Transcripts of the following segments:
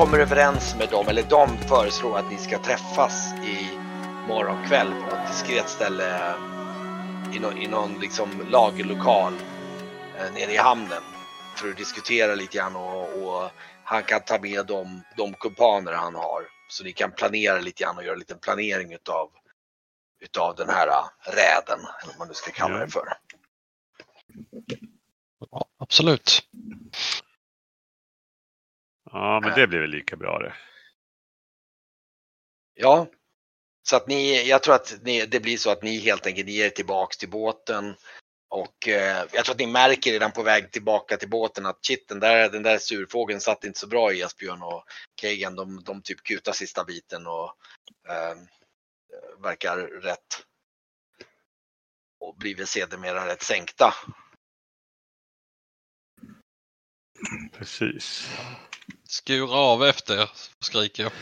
kommer överens med dem, eller de föreslår att ni ska träffas i morgon kväll på ett diskret ställe i någon liksom lagerlokal nere i hamnen för att diskutera lite grann och han kan ta med de kumpaner han har så ni kan planera lite grann och göra en liten planering utav den här räden, eller vad man nu ska kalla det för. Ja, absolut. Ja, men det blir väl lika bra det. Ja, så att jag tror att det blir så att ni helt enkelt ger tillbaks till båten och jag tror att ni märker redan på väg tillbaka till båten att shit, den där surfågeln satt inte så bra i Esbjörn och Kagan, de typ kutar sista biten och verkar rätt och blir väl sedermera rätt sänkta. Precis. Skura av efter, skriker jag.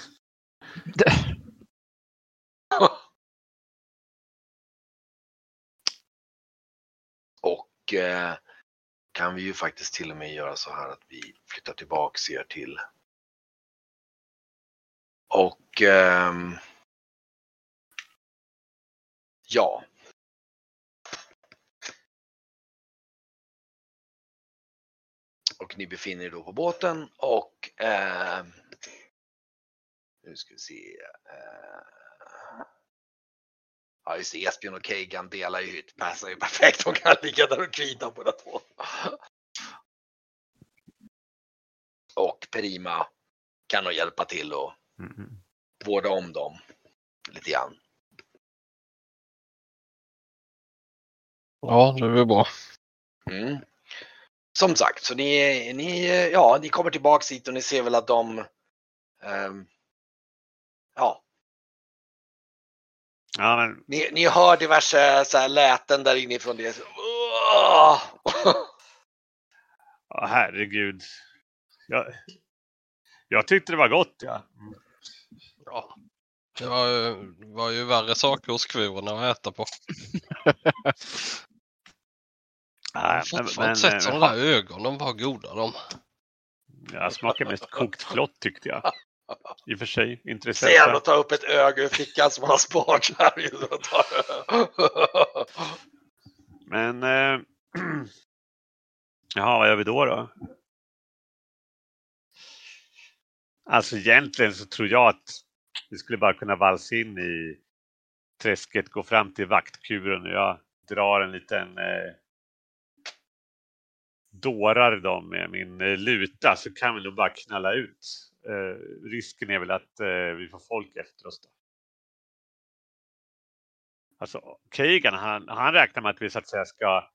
Och kan vi ju faktiskt till och med göra så här att vi flyttar tillbaks er till. Och ja. Och ni befinner er då på båten och nu ska vi se. Ja just det, Esbjörn och Kagan delar ju hytt, passar ju perfekt, de kan ligga där och kvida båda två. Och Perima kan nog hjälpa till och vårda om dem lite grann. Ja, det är bra. Mm. Som sagt, så ni kommer tillbaks hit och ni ser väl att de Ja, men... ni hör diverse så här läten där inifrån det. Ja, herregud. Jag tyckte det var gott, ja. Ja. Det var ju värre saker hos kvorna att äta på. Nej, Jag har fortfarande sett sådana där ögonen, var goda de. Jag smakar mest kokt flott tyckte jag. I och för sig, intressant. Ser och ta upp ett öga ur fickan som man har sparat här. Men jaha, vad gör vi då? Alltså egentligen så tror jag att vi skulle bara kunna valsa in i träsket, gå fram till vaktkuren och jag drar en liten dårar dem med min luta så kan vi nog bara knalla ut. Risken är väl att vi får folk efter oss då. Alltså Kagan han räknar med att vi så att säga ska...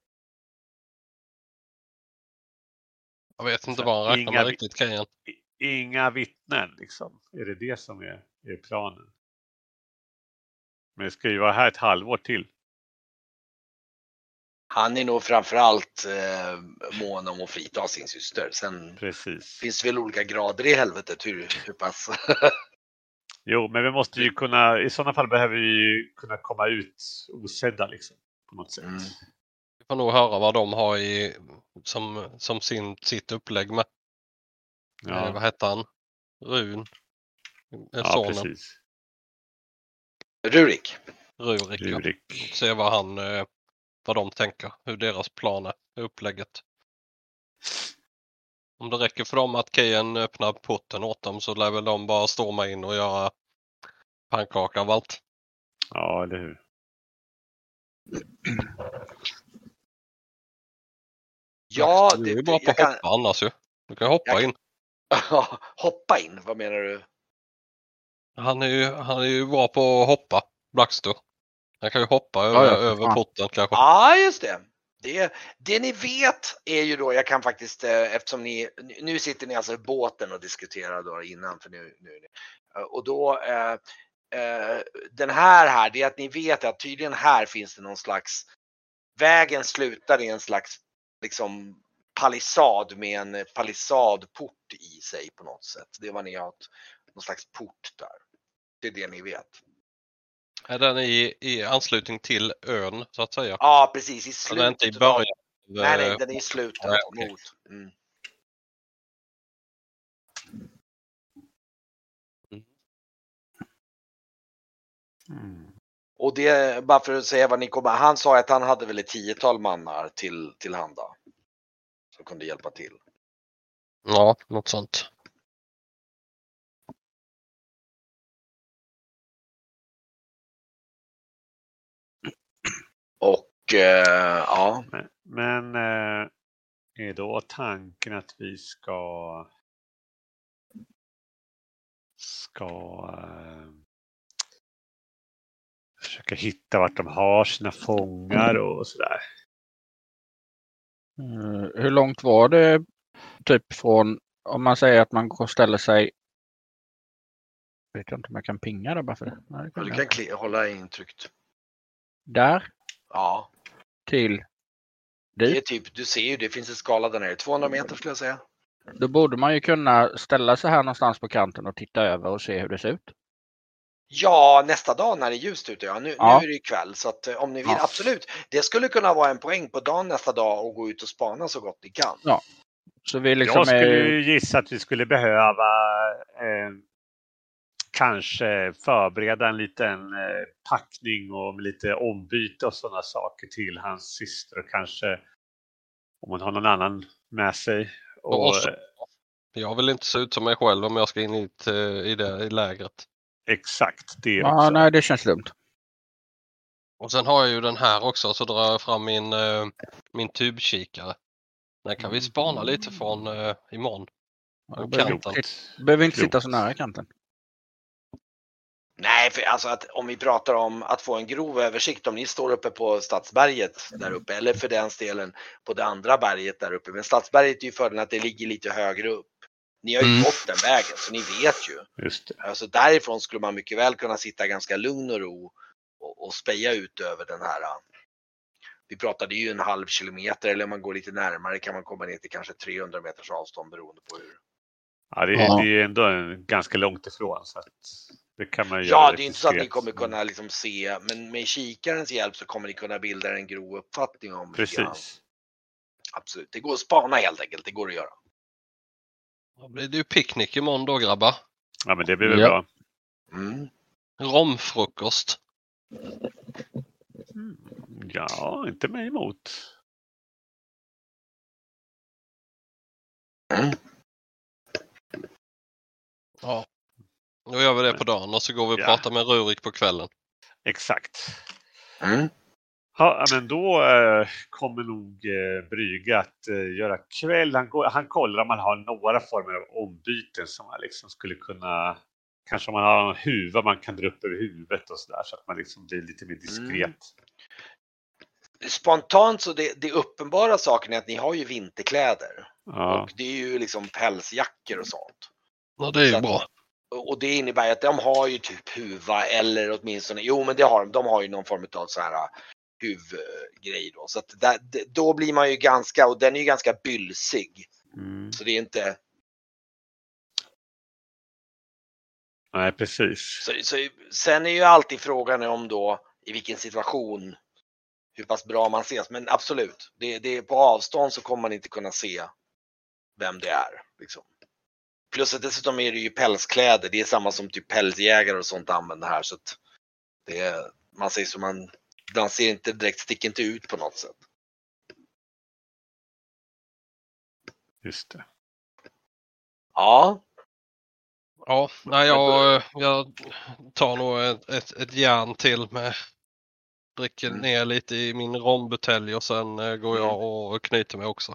Jag vet inte vad han räknar med riktigt, Kagan. Inga vittnen liksom. Är det som är planen? Men det ska ju vara här ett halvår till. Han är nog framförallt mån om att frita sin syster. Sen Precis. Finns väl olika grader i helvetet hur pass. Jo, men vi måste ju kunna, i sådana fall behöver vi ju kunna komma ut osedda liksom, på något sätt. Vi får nog höra vad de har som sitt upplägg med. Ja. Vad heter han? Run. Ja, sonen. precis. Rurik. Ja. Se vad de tänker, hur deras plan är, upplägget. Om det räcker för dem att Kagan öppnar porten åt dem så lär väl de bara storma in och göra pannkaka av allt. Ja, eller hur? Ja, du är bara på att hoppa annars ju. Du kan hoppa in. Hoppa in, vad menar du? Han är ju bra på att hoppa, Blackstone. Han kan ju hoppa över porten kanske. Ja, just det. Det ni vet är ju då, jag kan faktiskt, eftersom nu sitter ni alltså i båten och diskuterar då innan, för nu och då den här, det är att ni vet att tydligen här finns det någon slags, vägen slutar i en slags liksom palissad med en palissadport i sig på något sätt. Det var ni har någon slags port där. Det är det ni vet. Är den i anslutning till ön så att säga? Ja, precis. I slutet. Den är inte i början. Nej, den är i slutet. Nej, okay. Mot. Och det, bara för att säga vad ni kommer, han sa att han hade väl ett 10-tal mannar till handa. Som kunde hjälpa till. Ja, något sånt. Och ja. Men är då tanken att vi ska försöka hitta vart de har sina fångar och sådär? Hur långt var det typ från, om man säger att man ställer sig, vet jag inte om jag kan pinga där bara för det. Nej, Du kan hålla intryckt. Där Ja. till Det är typ, du ser ju, det finns en skala där nere, 200 meter skulle jag säga. Då borde man ju kunna ställa sig här någonstans på kanten och titta över och se hur det ser ut. Ja, nästa dag när det är ljust ute. Ja. Nu är det ju kväll, så att om ni vill, absolut. Det skulle kunna vara en poäng på dagen nästa dag och gå ut och spana så gott ni kan. Ja. Så vi liksom jag skulle ju gissa att vi skulle behöva kanske förbereda en liten packning och lite ombyte och sådana saker till hans syster. Och kanske om hon har någon annan med sig. Och jag vill inte se ut som mig själv om jag ska in i lägret. Exakt, det ja, också. Nej, det känns dumt. Och sen har jag ju den här också, så drar jag fram min tubkikare. Den kan vi spana lite från imorgon. Ja, behöver inte sitta så nära kanten. Nej, för alltså att om vi pratar om att få en grov översikt, om ni står uppe på Stadsberget där uppe, eller för den delen på det andra berget där uppe. Men Stadsberget är ju fördelen att det ligger lite högre upp. Ni har ju gått den vägen, så ni vet ju. Just det. Alltså därifrån skulle man mycket väl kunna sitta ganska lugn och ro och speja ut över den här. Vi pratade ju 1/2 kilometer, eller om man går lite närmare kan man komma ner till kanske 300 meters avstånd beroende på hur. Ja, det är ändå ganska långt ifrån, så att det kan man göra. Ja, det är inte så att ni kommer kunna liksom se, men med kikarens hjälp så kommer ni kunna bilda en grov uppfattning om. Precis. Absolut, det går att spana helt enkelt, det går att göra. Då blir det ju picknick imorgon då, grabbar. Ja, men det blir väl bra. Romfrukost. Ja, inte mig emot. Ja, då gör vi det på dagen och så går vi och pratar med Rurik på kvällen. Exakt. Ja, men då kommer nog Brygge att göra kväll. Han kollar om man har några former av ombyten som man liksom skulle kunna, kanske om man har en huva man kan dra upp över huvudet och sådär, så att man liksom blir lite mer diskret. Spontant så det uppenbara saken är att ni har ju vinterkläder. Ja. Och det är ju liksom pälsjackor och sånt. Ja, det är ju bra. Och det innebär att de har ju typ huva eller åtminstone, jo men det har de har ju någon form av så här huvudgrej då. Så att då blir man ju ganska, och den är ju ganska bylsig. Så det är inte. Nej, precis. Så sen är ju alltid frågan om då i vilken situation hur pass bra man ses. Men absolut, det är på avstånd så kommer man inte kunna se vem det är. Liksom. Plus att dessutom är det ju pälskläder. Det är samma som typ pälsjägare och sånt använder här. Så att man säger så man ser inte direkt, sticker inte ut på något sätt. Just det. Ja. Ja, nej, jag tar nog ett järn till med. Dricker ner lite i min rombutelj och sen går jag och knyter mig också.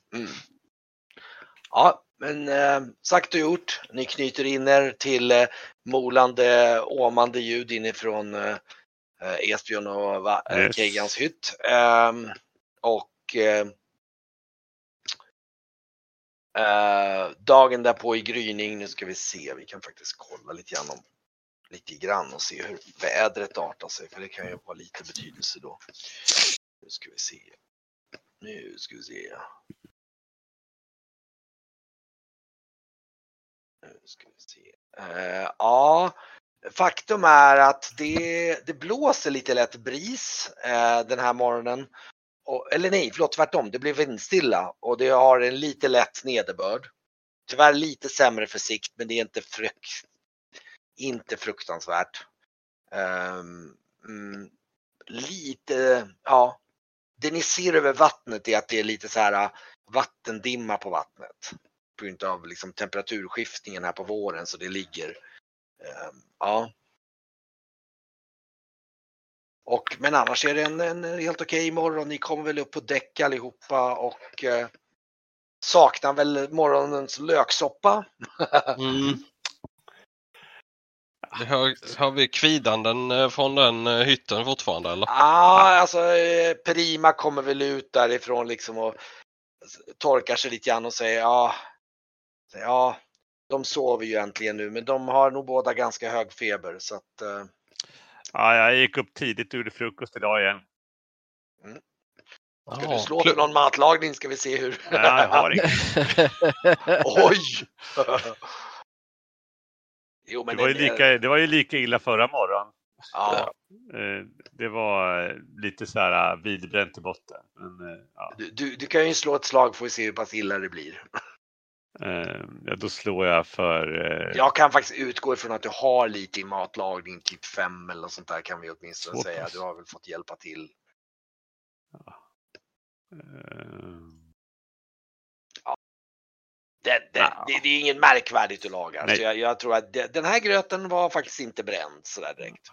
Ja, men sagt och gjort. Ni knyter in er till molande, åmande ljud inifrån Esbjörn och Keigans hytt. Dagen därpå i gryning, nu ska vi se, vi kan faktiskt kolla lite grann och se hur vädret artar sig, för det kan ju ha lite betydelse då. Nu ska vi se. Ja, faktum är att det blåser lite lätt bris den här morgonen. Eller nej, förlåt, tvärtom. Det blir vindstilla och det har en lite lätt nederbörd. Tyvärr lite sämre för sikt, men det är inte fruktansvärt. Lite, ja. Det ni ser över vattnet är att det är lite så här vattendimma på vattnet. På grund av liksom temperaturskiftningen här på våren, så det ligger, ja. Men annars är det en helt okej morgon. Ni kommer väl upp på däck allihopa och saknar väl morgonens löksoppa. Har vi kvidanden från den hytten fortfarande eller? Ja, alltså Prima kommer väl ut därifrån liksom och torkar sig lite grann och säger ja, de sover ju äntligen nu, men de har nog båda ganska hög feber så att. Ja, jag gick upp tidigt och gjorde frukost idag igen. Ska du slå för någon matlagning, ska vi se hur. Ja, jag har inget. Oj! Jo, men det var ju lika illa förra morgonen. Ja. Det var lite så här vidbränt i botten. Men, ja. Du kan ju slå ett slag för att se hur pass illa det blir. Ja, då slår jag för... Jag kan faktiskt utgå ifrån att du har lite i matlagning, typ 5 eller sånt där kan vi åtminstone säga. Du har väl fått hjälpa till. Ja. Det är inget märkvärdigt att laga. Så jag tror att den här gröten var faktiskt inte bränd så där direkt.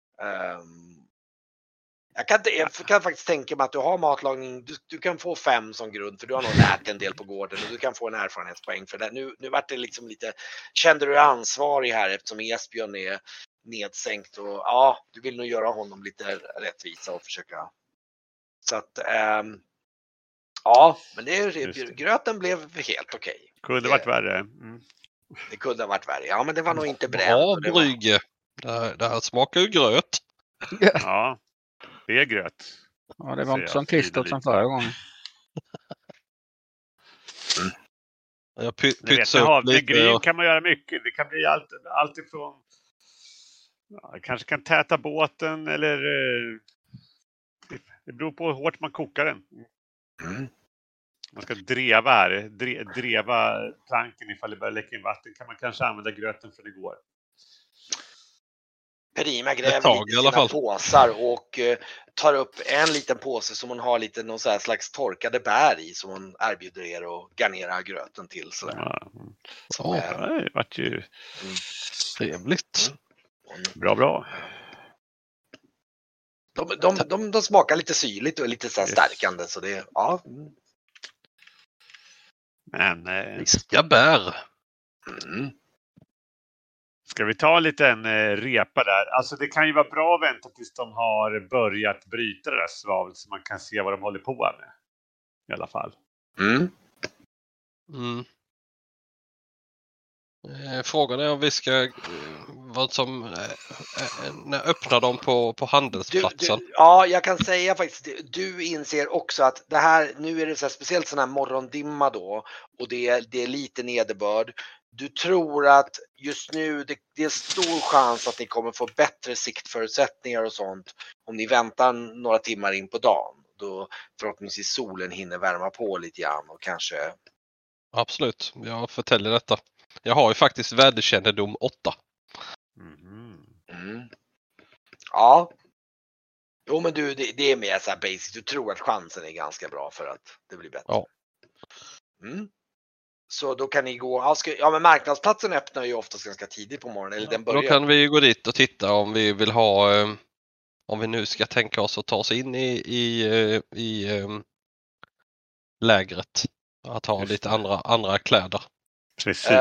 Jag kan faktiskt tänka mig att du har matlagning. Du kan få 5 som grund, för du har nog lärt en del på gården och du kan få en erfarenhetspoäng för det. Nu vart det liksom lite, kände du dig ansvarig här eftersom Esbjörn är nedsänkt och ja, du vill nog göra honom lite rättvisa och försöka. Så att ja, men gröten blev helt okej. Kunde varit värre. Det kunde ha varit värre. Ja, men det var nog inte bränt. Ja, Brygge. Det här smakar ju gröt. Ja, det är gröt. Ja, det var inte som kristet som förra gången. Jag pytsar upp lite. Med gryn kan man göra mycket. Det kan bli allt ifrån... Ja, kanske kan täta båten eller... Det beror på hur hårt man kokar den. Man ska dreva här. Dreva planken ifall det börjar läcka in vatten. Kan man kanske använda gröten för det går. Prima gräver lite i sina påsar och tar upp en liten påse som hon har lite någon så här slags torkade bär i som hon erbjuder er och garnerar gröten till. Det vart ju trevligt. Bra. De smakar lite syrligt och lite så här stärkande så det ja. Men friska bär. Ska vi ta en liten repa där? Alltså det kan ju vara bra att vänta tills de har börjat bryta det där svavlet så man kan se vad de håller på med. I alla fall. Frågan är om vi ska öppna dem på handelsplatsen. Ja, jag kan säga faktiskt, du inser också att det här, nu är det så här, speciellt sån här morgondimma då och det är lite nederbörd. Du tror att just nu det är stor chans att ni kommer få bättre siktförutsättningar och sånt om ni väntar några timmar in på dagen. Då förhoppningsvis solen hinner värma på lite grann och kanske... Absolut, jag förtäljer detta. Jag har ju faktiskt väderkännedom 8. Ja. Jo men du, det är mer så här basic. Du tror att chansen är ganska bra för att det blir bättre. Ja. Så då kan ni gå, ja men marknadsplatsen öppnar ju oftast ganska tidigt på morgonen. Eller den börjar. Då kan vi gå dit och titta om vi vill ha, om vi nu ska tänka oss att ta oss in i lägret. Att ha lite andra kläder. Precis.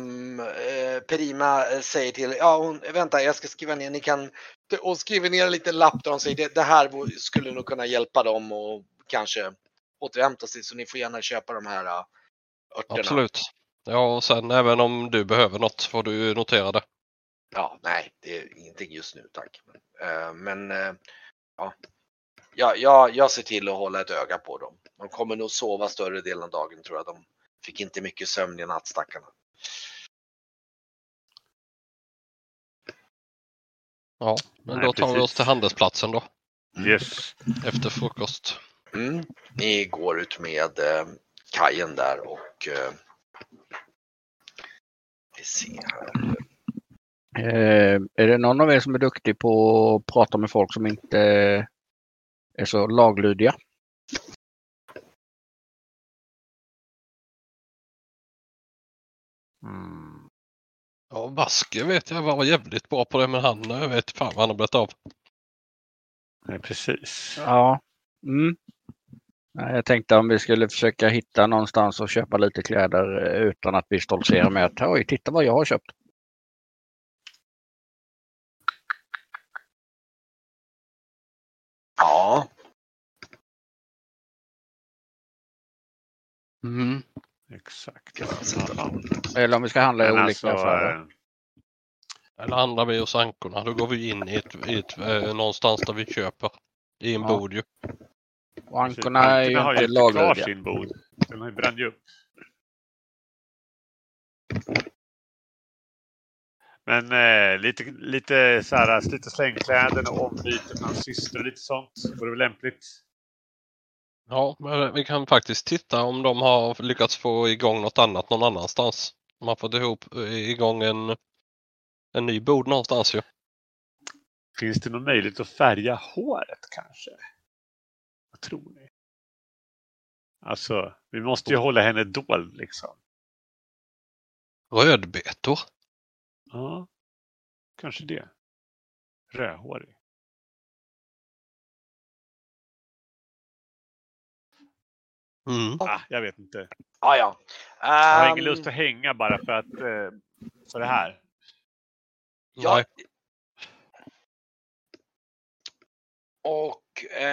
Prima säger till, vänta jag ska skriva ner, ni kan, och skriver ner en liten lapp där de säger det här skulle nog kunna hjälpa dem och kanske återhämta sig så ni får gärna köpa de här örterna. Absolut. Ja, och sen även om du behöver något får du notera det. Ja, nej, det är ingenting just nu, tack. Jag ser till att hålla ett öga på dem. De kommer nog sova större delen av dagen tror jag. De fick inte mycket sömn i natt, stackarna. Ja, men då tar vi oss till handelsplatsen då. Yes. Efter frukost. Ni går ut med kajen där och vi ser här. Är det någon av er som är duktig på att prata med folk som inte är så laglydiga? Ja, Vaske vet jag var jävligt bra på det, men han vet fan vad han har blivit av. Nej, precis. Ja. Jag tänkte om vi skulle försöka hitta någonstans och köpa lite kläder utan att vi stoltserar med att oj, titta vad jag har köpt. Ja. Exakt. Eller om vi ska handla i Men olika affärer. Eller handlar vi hos Ankorna, då går vi in i ett någonstans där vi köper i en bod ju. Och Ankorna är ju har inte ju inte kvar laglydiga. sin bod. Den har ju bränt upp. Men lite så här, slita slängkläder och ombyte med hans syster och lite sånt. Vore väl lämpligt. Ja, men vi kan faktiskt titta om de har lyckats få igång något annat någon annanstans. De har fått igång en ny bod någonstans ju. Finns det någon möjlighet att färga håret kanske? Vad tror ni? Alltså, vi måste ju hålla henne dold liksom. Rödbetor? Ja, kanske det. Rödhårig. Jag vet inte. Ja. Jag har ingen lust att hänga bara för att för det här. Ja. Och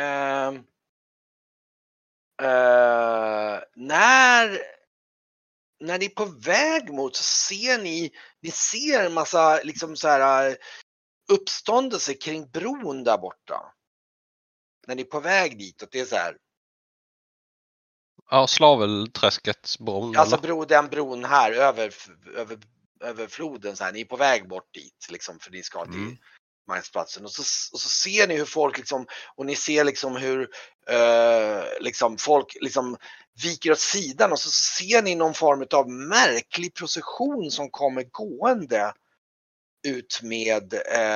när ni är på väg mot så ser ni ser en massa liksom så här uppståndelse kring bron där borta. När ni är på väg dit och det är så här. Ja, Slavelträskets bron. Alltså den bron här över floden så här. Ni är på väg bort dit liksom för ni ska till marknadsplatsen och så ser ni hur folk liksom och ni ser liksom hur liksom folk liksom viker åt sidan och så ser ni någon form av märklig procession som kommer gående ut med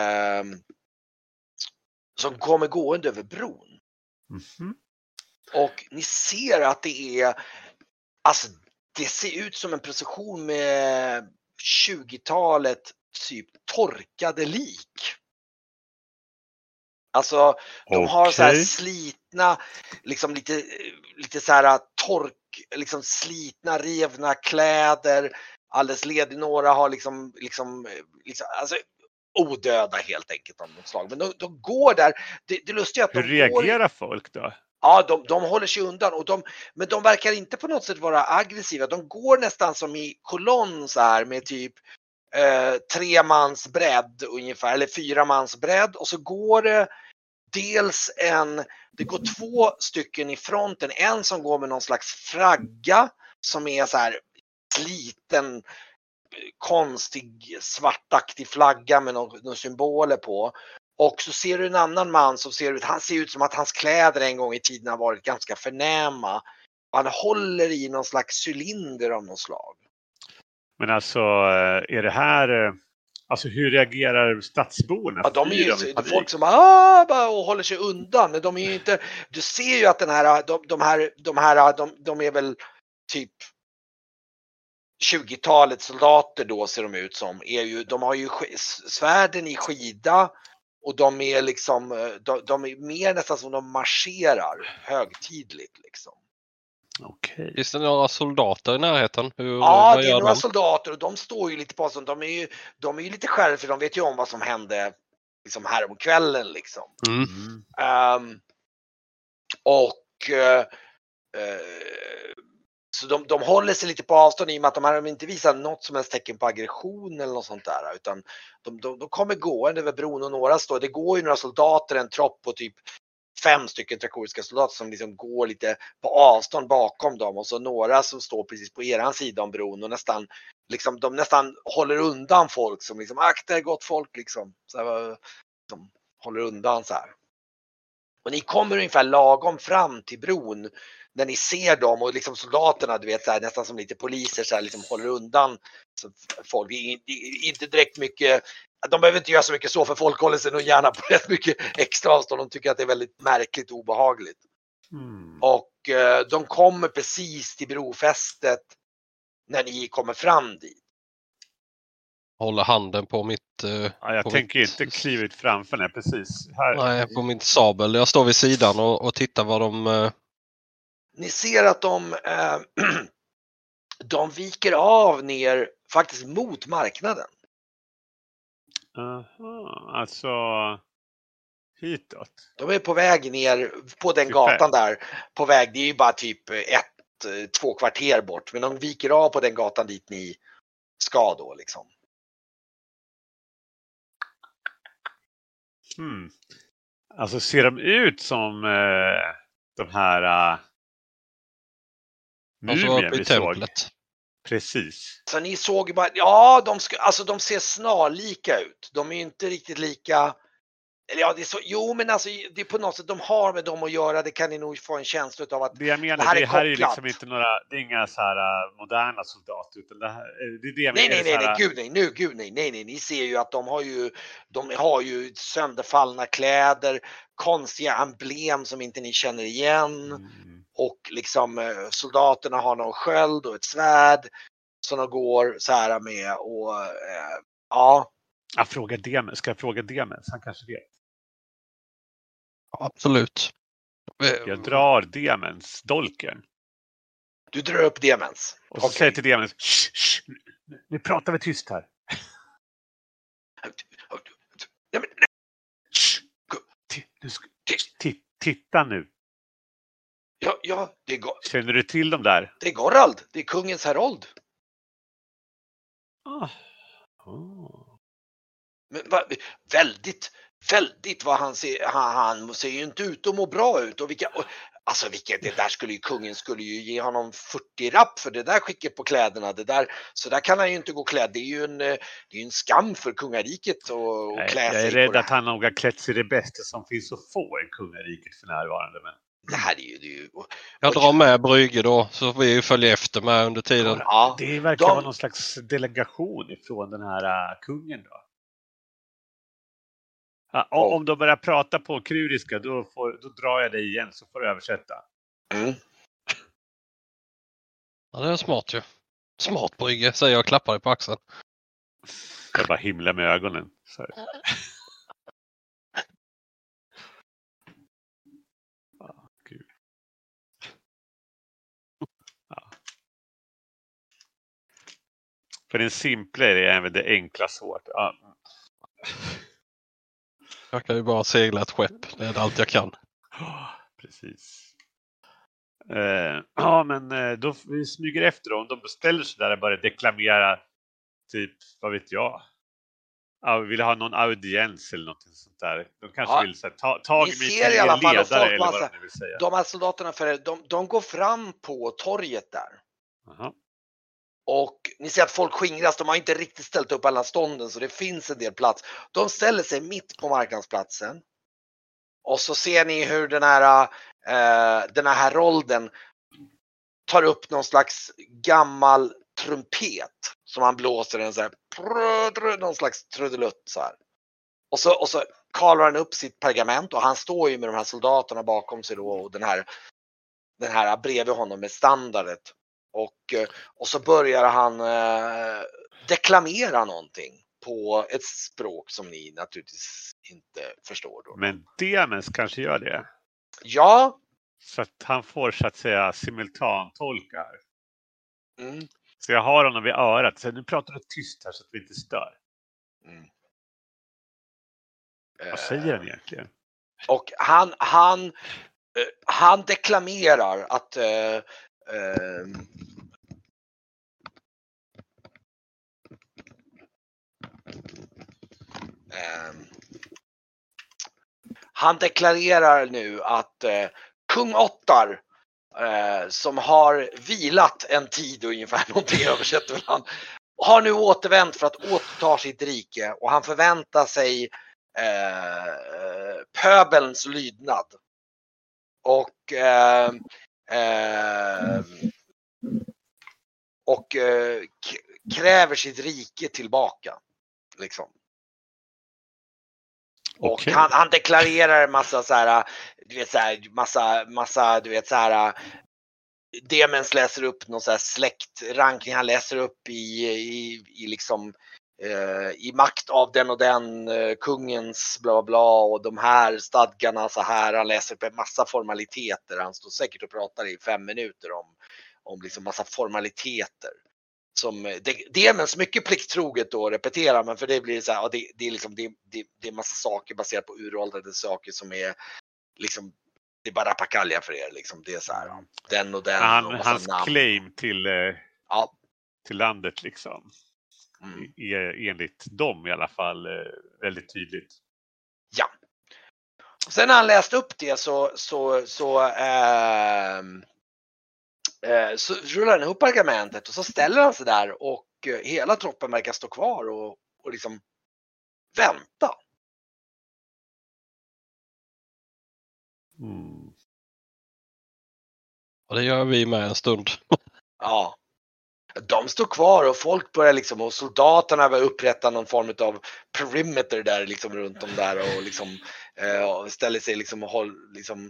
som kommer gående över bron. Och ni ser att det är alltså det ser ut som en procession med 20-talet typ torkade lik. Alltså de har så här slitna liksom lite så här liksom slitna revna kläder, alldeles ledig, några har liksom alltså odöda helt enkelt av något slag. Men de går där. Det lustiga är att hur reagerar folk då? Ja, de håller sig undan men de verkar inte på något sätt vara aggressiva. De går nästan som i kolonn så här med typ 3 mans bredd ungefär eller 4 mans bredd och så går det det går 2 stycken i fronten, en som går med någon slags flagga som är så här liten konstig svartaktig flagga med några symboler på. Och så ser du en annan man som han ser ut som att hans kläder en gång i tiden har varit ganska förnäma. Han håller i någon slags cylinder av något slag. Men alltså, är det här... Alltså hur reagerar stadsborna? Ja, de är ju folk som och håller sig undan. Men de är ju inte... Du ser ju att de är väl typ 20-talet soldater då ser de ut som. De har ju svärden i skida. Och de är liksom, de är mer nästan som de marscherar högtidligt liksom. Okej. Finns det några soldater i närheten? Ja, det är några soldater och de står ju lite på avstånd. De är ju lite själva för de vet ju om vad som hände liksom här om kvällen liksom. Så de håller sig lite på avstånd i och med att de har inte visat något som helst tecken på aggression eller något sånt där. Utan de kommer gående över bron och några står. Det går ju några soldater, en tropp på typ 5 stycken trakoriska soldater som liksom går lite på avstånd bakom dem. Och så några som står precis på eran sida om bron och de nästan håller undan folk som liksom akta er gott folk liksom. Så här, som håller undan så här. Och ni kommer ungefär lagom fram till bron när ni ser dem och liksom soldaterna, du vet så här, nästan som lite poliser så här, liksom håller undan så folk. Det är inte direkt mycket de behöver inte göra så mycket så, för folk håller sig nog gärna på rätt mycket extra avstånd. De tycker att det är väldigt märkligt och obehagligt. Och de kommer precis till brofästet när ni kommer fram dit. Håller handen på mitt... jag på tänker mitt, inte kliva ut framför den precis här. Nej, på min sabel. Jag står vid sidan och tittar vad de... Ni ser att de viker av ner faktiskt mot marknaden. Alltså hitåt. De är på väg ner på den gatan där. På väg, det är ju bara typ 1-2 kvarter bort. Men de viker av på den gatan dit ni ska då liksom. Alltså ser de ut som de här mumien vi såg? Precis. Så ni såg ju bara, ja, de ser snarlika ut. De är ju inte riktigt lika. Eller ja, det är så, jo, men alltså det är på något sätt de har med dem att göra. Det kan ni nog få en känsla av att det jag menar, det här är ju liksom inte några, det är inga så här moderna soldater, utan det här, det är det jag menar. Nej, ni ser ju att de har ju sönderfallna kläder, konstiga emblem som inte ni känner igen. Och liksom soldaterna har någon sköld och ett svärd som de går så här med och ja. Jag frågar Demens. Ska jag fråga Demens? Han kanske vet. Absolut. Jag drar Demens dolken. Du drar upp Demens. Och så säger jag till Demens. Nu pratar vi tyst här. Titta nu. Ja, det går. Känner du till dem där? Det är Gorald. Det är kungens herold. Men väldigt vad han ser ju inte ut att må bra ut. Och det där kungen skulle ju ge honom 40 rapp för det där skicket på kläderna. Det där, så där kan han ju inte gå klädd. Det är ju en skam för kungariket att klä sig. Jag är rädd att han nog har klätt sig det bästa som finns att få i kungariket för närvarande. Men... Det här är ju... Jag drar med Brygge då, så vi följer efter med under tiden. Ja, det verkar vara någon slags delegation ifrån den här kungen då. Ja, om de börjar prata på kruriska, då drar jag dig igen så får du översätta. Ja, det är smart ju. Smart Brygge, säger jag och klappar dig på axeln. Jag bara himlar med ögonen. För den simpla är även det enkla svårt. Jag kan ju bara segla ett skepp. Det är allt jag kan. Precis. Men då vi smyger efter dem. De beställer sig där och börjar deklamera typ, vad vet jag. Vi vill ha någon audiens eller något sånt där. De kanske vill säga tag i mig till en ledare eller vad de vill säga. De här soldaterna de går fram på torget där. Och ni ser att folk skingras, de har inte riktigt ställt upp alla stånden så det finns en del plats. De ställer sig mitt på marknadsplatsen. Och så ser ni hur den här herolden tar upp någon slags gammal trumpet som han blåser en så här, någon slags trudelutt så här. Och så kalar han upp sitt pergament och han står ju med de här soldaterna bakom sig då och den här bredvid honom med standardet. Och så börjar han deklamera någonting på ett språk som ni naturligtvis inte förstår då. Men Demens kanske gör det? Ja. Så att han får så att säga simultantolkar. Så jag har honom vid örat. Så nu pratar du tyst här så att vi inte stör. Vad säger han egentligen? Och han deklamerar att han deklarerar nu att kung Ottar som har vilat en tid ungefär, någonting översätter väl han, har nu återvänt för att återta sitt rike och han förväntar sig pöbelns lydnad och kräver sitt rike tillbaka liksom. Och han deklarerar en massa så här, du vet så här, massa du vet så här. Demens läser upp någon så här släktrankning, han läser upp i liksom i makt av den och den kungens bla bla och de här stadgarna så här. Han läser upp en massa formaliteter. Han står säkert och pratar i 5 minuter om liksom massa formaliteter. Som Demens mycket plikttroget då repeterar, men för det blir så här, det är liksom det är massa saker baserat på uråldrade saker som är liksom, det är bara rappakalja för er liksom. Det är så här, den och den. Hans namn. Claim till landet liksom. Är enligt dem i alla fall väldigt tydligt. Ja. Sen när han läst upp det så rullar han ihop pergamentet och så ställer han sig där och hela troppen verkar stå kvar och liksom vänta. Och det gör vi med en stund. Ja. De står kvar och folk börjar liksom, och soldaterna vill upprätta någon form av perimeter där liksom runt om där och liksom ställer sig liksom och håller liksom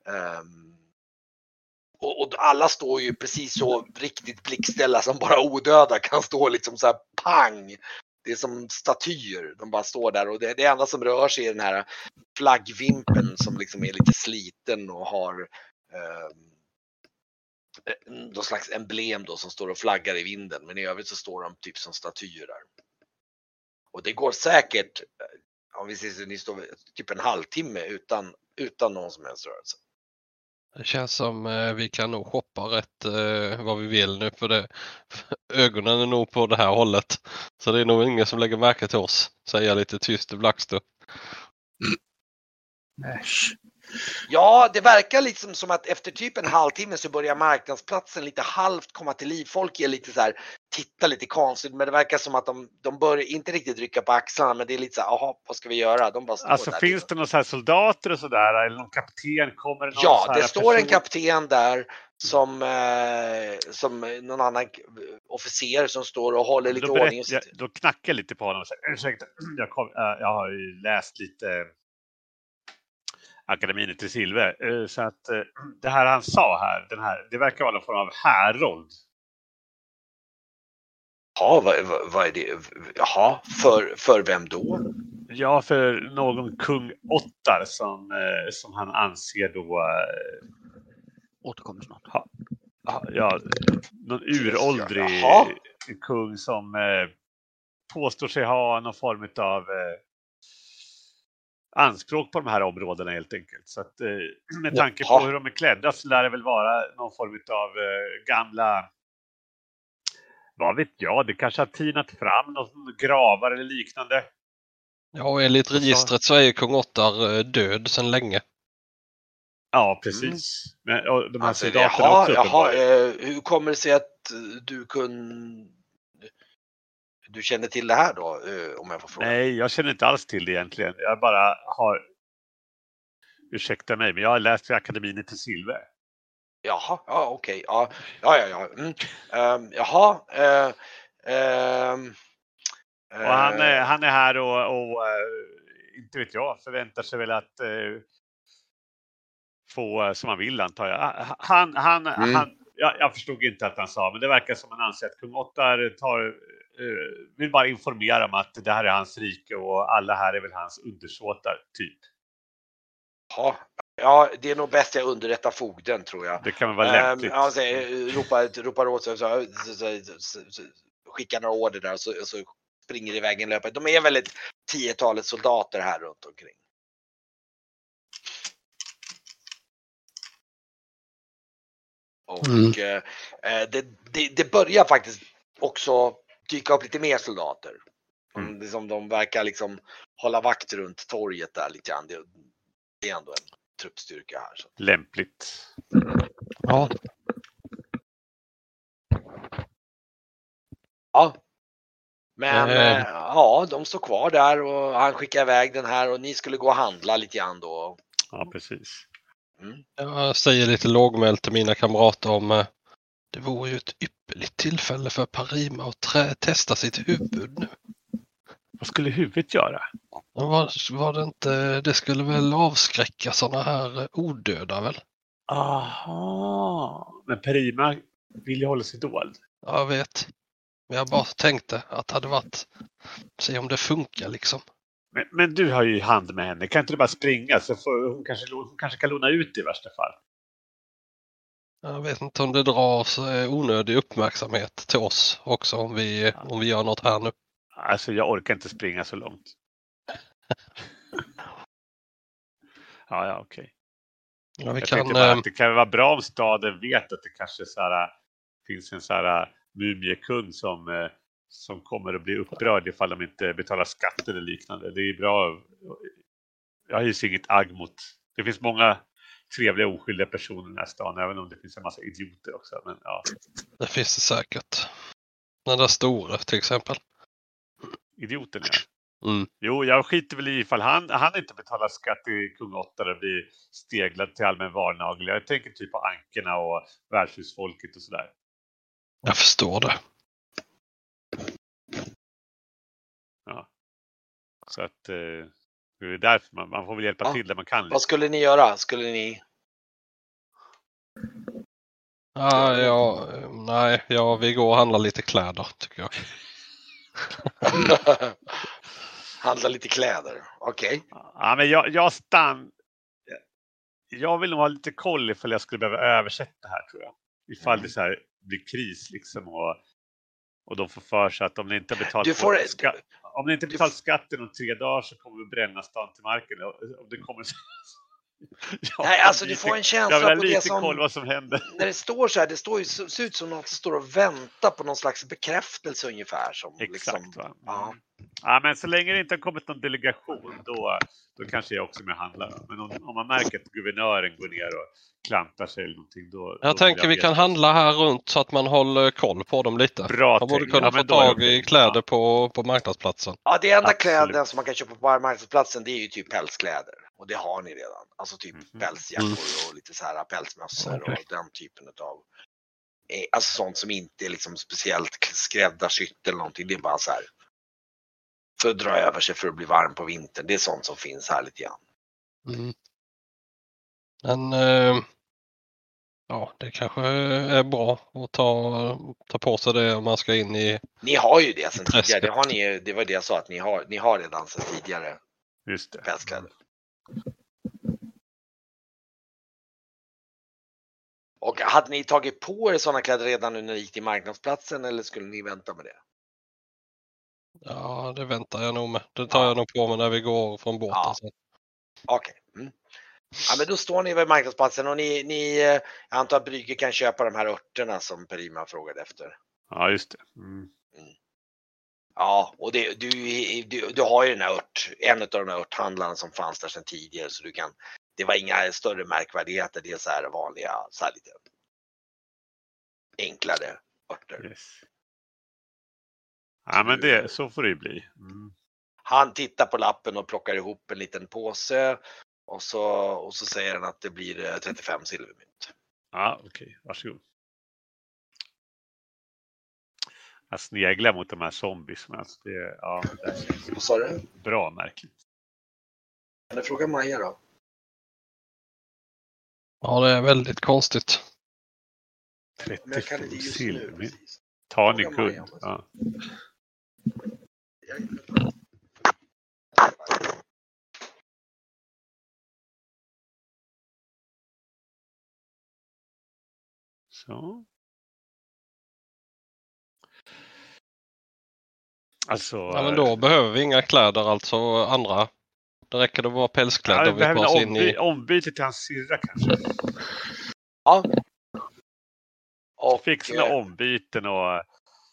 och alla står ju precis så riktigt blickställa som bara odöda kan stå liksom så här pang. Det är som statyer, de bara står där och det enda som rör sig är den här flaggvimpen som liksom är lite sliten och har någon slags emblem då som står och flaggar i vinden, men i övrigt så står de typ som statyer där. Och det går säkert, om vi ser ni står typ en halvtimme utan någon som helst rörelse. Det känns som vi kan nog hoppa rätt vad vi vill nu, för ögonen är nog på det här hållet. Så det är nog ingen som lägger märke till oss, säger jag lite tyst till Blackstone. Äsch. Ja, det verkar liksom som att efter typ en halvtimme så börjar marknadsplatsen lite halvt komma till liv. Folk är lite så här, tittar lite konstigt, men det verkar som att de börjar inte riktigt rycka på axlarna, men det är lite så här, jaha, vad ska vi göra? De bara står alltså där, finns det några så här soldater och sådär, eller någon kapten? Kommer det någon ja, så här det står en kapten där som någon annan officer som står och håller lite ordning. Då knackar jag lite på honom och säger, ursäkta, jag har ju läst lite Akademin till Silver, så att det här han sa här, det verkar vara någon form av härold. Ja, vad är det? Jaha, för vem då? Ja, för någon kung Ottar som han anser då Återkommer snart. Ja, någon uråldrig kung som påstår sig ha någon form av anspråk på de här områdena helt enkelt. Så att med tanke på hur de är klädda så lär det väl vara någon form av gamla, vad vet jag, det kanske har tinat fram någon gravar eller liknande. Ja, och enligt registret så är ju kung Ottar död sedan länge. Ja, precis. Men, och de här alltså, soldaterna också. Hur kommer det sig att du känner till det här då, om jag får fråga? Nej, jag känner inte alls till det egentligen. Jag bara har, ursäkta mig, men jag har läst i Akademin till Silver. Jaha, ja okej. Ja. Och han är här och inte vet jag, förväntar sig väl att få som han vill, antar jag. Jag förstod inte att han sa, men det verkar som han anser att kung Ottar vill bara informera om att det här är hans rike och alla här är väl hans undersåtar, typ. Ja, det är nog bäst jag underrättar fogden, tror jag. Det kan väl vara lämpligt. Alltså, ropar åt sig så skickar några order där och så springer iväg en löpare. De är väl ett 10-talet soldater här runt omkring. Och det börjar faktiskt också dyka upp lite mer soldater. De verkar liksom hålla vakt runt torget där lite grann. Det är ändå en truppstyrka här. Så. Lämpligt. Ja. Ja. Men de står kvar där och han skickar iväg den här och ni skulle gå och handla lite grann då. Ja, precis. Jag säger lite lågmält till mina kamrater om det vore ju ett ypperligt tillfälle för Parima att testa sitt huvud nu. Vad skulle huvudet göra? Var det inte, det skulle väl avskräcka sådana här odöda väl? Aha, men Perima vill ju hålla sig dold. Ja, jag vet. Men jag bara tänkte att det hade varit, se om det funkar liksom. Men du har ju hand med henne. Kan inte du bara springa så får hon kanske kan låna ut i värsta fall. Jag vet inte om det drar onödig uppmärksamhet till oss också om vi gör något här nu. Alltså jag orkar inte springa så långt. Ja, okej. Ja, Jag tänkte bara att det kan vara bra om staden vet att det kanske så här, finns en så här mumiekund som kommer att bli upprörd ifall de inte betalar skatt eller liknande. Det är bra. Jag har ju inget agg mot. Det finns många trevliga oskyldiga personer i den här stan, även om det finns en massa idioter också. Men, ja. Det finns det säkert. Den där stora till exempel. Idioten, ja. Mm. Jo, jag skiter väl i ifall han inte betalar skatt till kung 8 och blir steglad till allmän varnagel. Jag tänker typ på ankerna och värdshusfolket och sådär. Jag förstår det. Ja. Så att det är därför man får väl hjälpa till där man kan. Vad skulle ni göra? Skulle ni... Vi går och handlar lite kläder tycker jag. Handla lite kläder, okej. Ja, men jag vill nog ha lite koll ifall jag skulle behöva översätta här, tror jag. Ifall det så här blir kris liksom och de får för sig att om ni inte har betalt skatt inom 3 dagar så kommer vi bränna stan till marken. Om det kommer Nej, alltså du får en känsla på det som... koll vad som händer. När det står så här, det ser ut som något som står och väntar på någon slags bekräftelse ungefär. Som, exakt, liksom, va? Ja. Ja, men så länge det inte har kommit någon delegation då kanske jag också med handlar. Men om man märker att guvernören går ner och klantar sig eller någonting då... Jag tänker vi kan handla här runt så att man håller koll på dem lite. Bra. Man borde kunna få tag i kläder på marknadsplatsen. Ja, det enda kläder som man kan köpa på marknadsplatsen det är ju typ pälskläder. Och det har ni redan. Alltså typ pälsjackor och lite så här pälsmössor och den typen av... Alltså sånt som inte är liksom speciellt skräddarsytt eller någonting. Det är bara så här... För att dra över sig för att bli varm på vintern. Det är sånt som finns här lite grann. Mm. Men det kanske är bra att ta på sig det om man ska in i... Ni har ju det sedan tidigare. Det var det jag sa att ni har redan sedan tidigare. Just det. Pälskläder. Och hade ni tagit på er sådana kläder redan nu när ni gick till marknadsplatsen eller skulle ni vänta med det? Ja, det väntar jag nog med. Det tar jag nog på mig när vi går från båten. Ja. Okej. Mm. Ja, men då står ni vid marknadsplatsen och jag antar att Brygge kan köpa de här örterna som Perima frågade efter. Ja, just det. Mm. Ja, och du har ju den här en av de här örthandlarna som fanns där sedan tidigare så det var inga större märkvärdigheter, det är så här vanliga, så här lite enklare örter. Yes. Ja, men så får det bli. Mm. Han tittar på lappen och plockar ihop en liten påse och så säger han att det blir 35 silvermynt. Ja, okej. Varsågod. Jag sneglar mot de här zombies. Alltså det känns Vad sa du? Bra märkligt. Kan du fråga Maja då? Ja, det är väldigt konstigt. 30 silvermynt. Ta ni kund. Ja. Så. Alltså, ja, men då behöver vi inga kläder, alltså andra. Det räcker att vara pälskläder. Ja, vi behöver ombyte till hans syrra kanske. Ja. Och fixa några ombyten och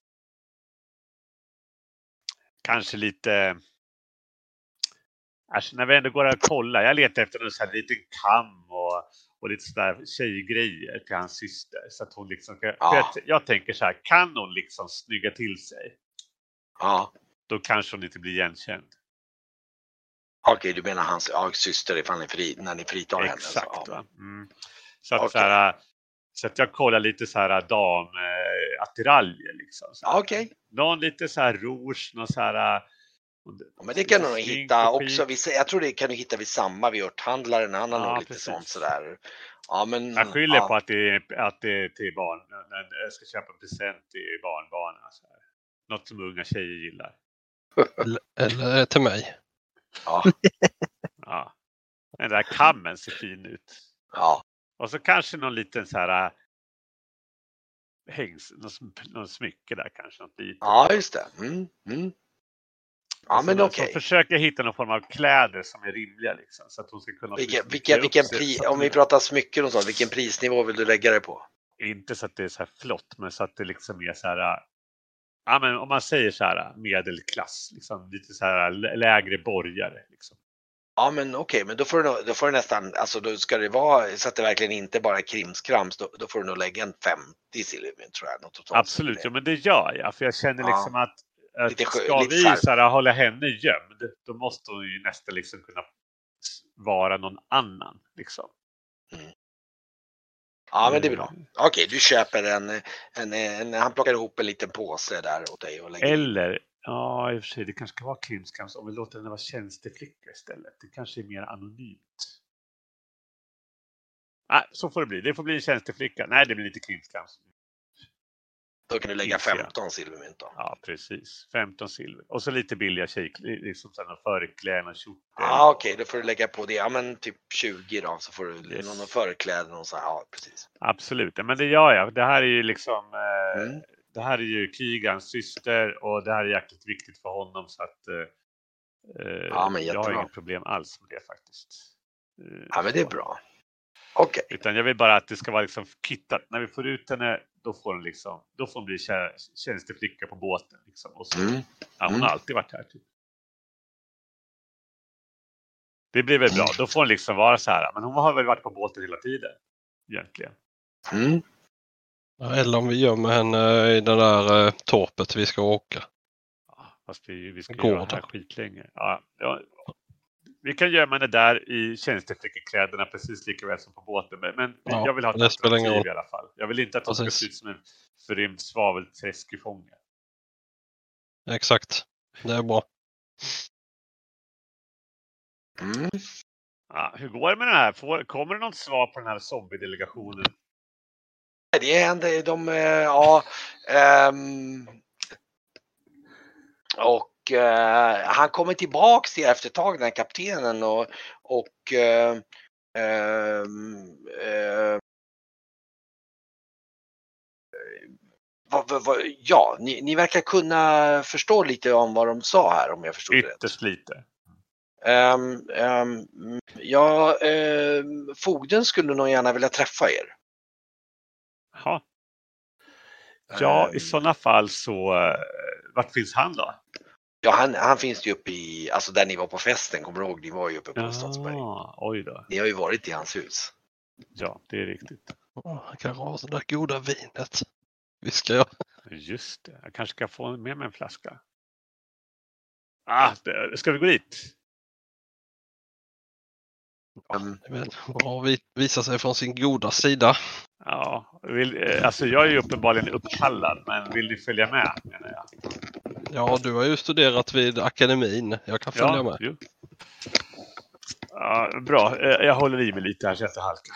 kanske lite... Alltså när vi ändå går och kollar. Jag letar efter en sån här liten kam och lite sådär tjejgrejer till hans syster. Så att hon liksom kan, jag tänker så här, kan hon liksom snygga till sig? Ja. Då kanske hon inte blir igenkänd. Okej, du menar hans syster ifall när ni fritar henne. Exakt, va? Mm. Så att så här, så att jag kollar lite så här attiraljer liksom. Okej. Någon lite så här rouge, någon Men det kan du nog hitta också. Jag tror det kan du hitta vid samma vid örthandlaren. Han har nog lite precis. sånt sådär. Ja, men, jag skyller på att det är till barn. När jag ska köpa present till barnbarnen. Alltså. Något som unga tjejer gillar. Eller till mig. Ja. Ja. Den där kammen ser fin ut. Ja. Och så kanske någon liten så här någon smycke där kanske. Något litet. Ja, just det. Ja, men okej. Så försöker jag hitta någon form av kläder som är rimliga liksom, så att hon ska kunna om vi pratar smycken och sånt, vilken prisnivå vill du lägga det på? Inte så att det är så här flott, men så att det liksom är så här, ja, men om man säger så här medelklass, liksom lite så här lägre borgare liksom. Ja, men okej, men då får du nästan, alltså då ska det vara så att det verkligen inte bara är krimskrams, då får du nog lägga en 50 silvermynt tror jag. Något absolut, ja, men det gör jag, för jag känner liksom att ska vi skärp. så här, hålla henne gömd, då måste hon ju nästan liksom kunna vara någon annan liksom. Ja, men det är bra. Okej, du köper han plockar ihop en liten påse där åt dig och lägger. Eller, ja, i och för sig, det kanske ska vara krimskrams om vi låter henne vara tjänsteflicka istället. Det kanske är mer anonymt. Nej, så får det bli. Det får bli en tjänsteflicka. Nej, det blir lite krimskrams. Då kan du lägga 15 silvermynt då. Ja, precis. 15 silver. Och så lite billiga liksom sådana förkläden och kjortor. Ja, okej, då får du lägga på det. Ja, men typ 20 då, så får du någon förkläden och så. Ja, precis. Absolut, men det gör jag. Det här är ju liksom det här är ju Keegans syster och det här är jäkligt viktigt för honom, så att jag har inget problem alls med det faktiskt. Ja, men det är bra. Okej. Utan jag vill bara att det ska vara liksom kittat. När vi får ut henne, då får hon bli tjänsteflicka på båten liksom. Och så, hon har alltid varit här typ. Det blir väl bra. Då får hon liksom vara så här, men hon har väl varit på båten hela tiden egentligen. Eller om vi gömmer henne i det där torpet vi ska åka. Fast vi ska göra det här skitlänge. Ja, vi kan gömma henne där i tjänsteflickekläderna precis lika väl som på båten. Men jag vill ha ett alternativ i alla fall. Jag vill inte att hon ska se ut som en förrymd svavelträskefånge. Exakt. Det är bra. Ja, hur går det med den här? Kommer det något svar på den här zombie-delegationen? Det händer, han kommer tillbaks till efter ett tag, den här kaptenen ni verkar kunna förstå lite om vad de sa här, om jag förstod det rätt. Ytterst lite. Fogden skulle nog gärna vilja träffa er. Jaha. Ja, i sådana fall så vart finns han då? Ja, han finns ju uppe i, alltså där ni var på festen, kommer du ihåg? Ni var ju uppe på Stadsberg. Oj då. Ni har ju varit i hans hus. Ja, det är riktigt. Han kan ha det där goda vinet. Viskar jag. Just det, jag kanske ska få med mig en flaska. Ska vi gå dit? Bra att visa sig från sin goda sida. Ja, alltså jag är ju uppenbarligen uppkallad, men vill ni följa med, menar jag? Ja, du har ju studerat vid akademin. Jag kan följa med. Jo. Ja, bra. Jag håller i mig lite här så jag inte halkar.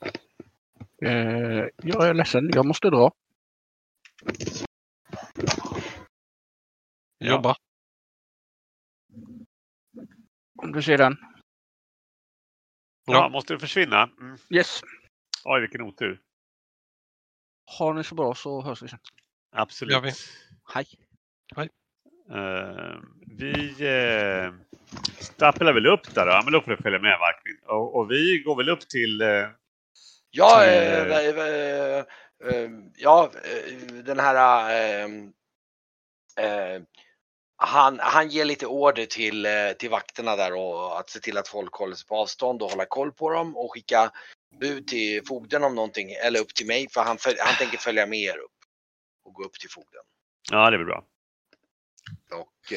Jag är ledsen, jag måste dra. Jobba. Om du ser den. Ja, måste du försvinna? Yes. Oj, vilken otur. Ha ni så bra, så hörs vi sen. Absolut. Gör vi. Hej. Vi stapplar väl upp där då. Men då får du följa med, Varkvin. Och vi går väl upp till... den här... Han ger lite order till vakterna där och att se till att folk håller sig på avstånd och hålla koll på dem och skicka ut till fogden om någonting, eller upp till mig, för han tänker följa med er upp och gå upp till fogden. Ja, det blir bra. Och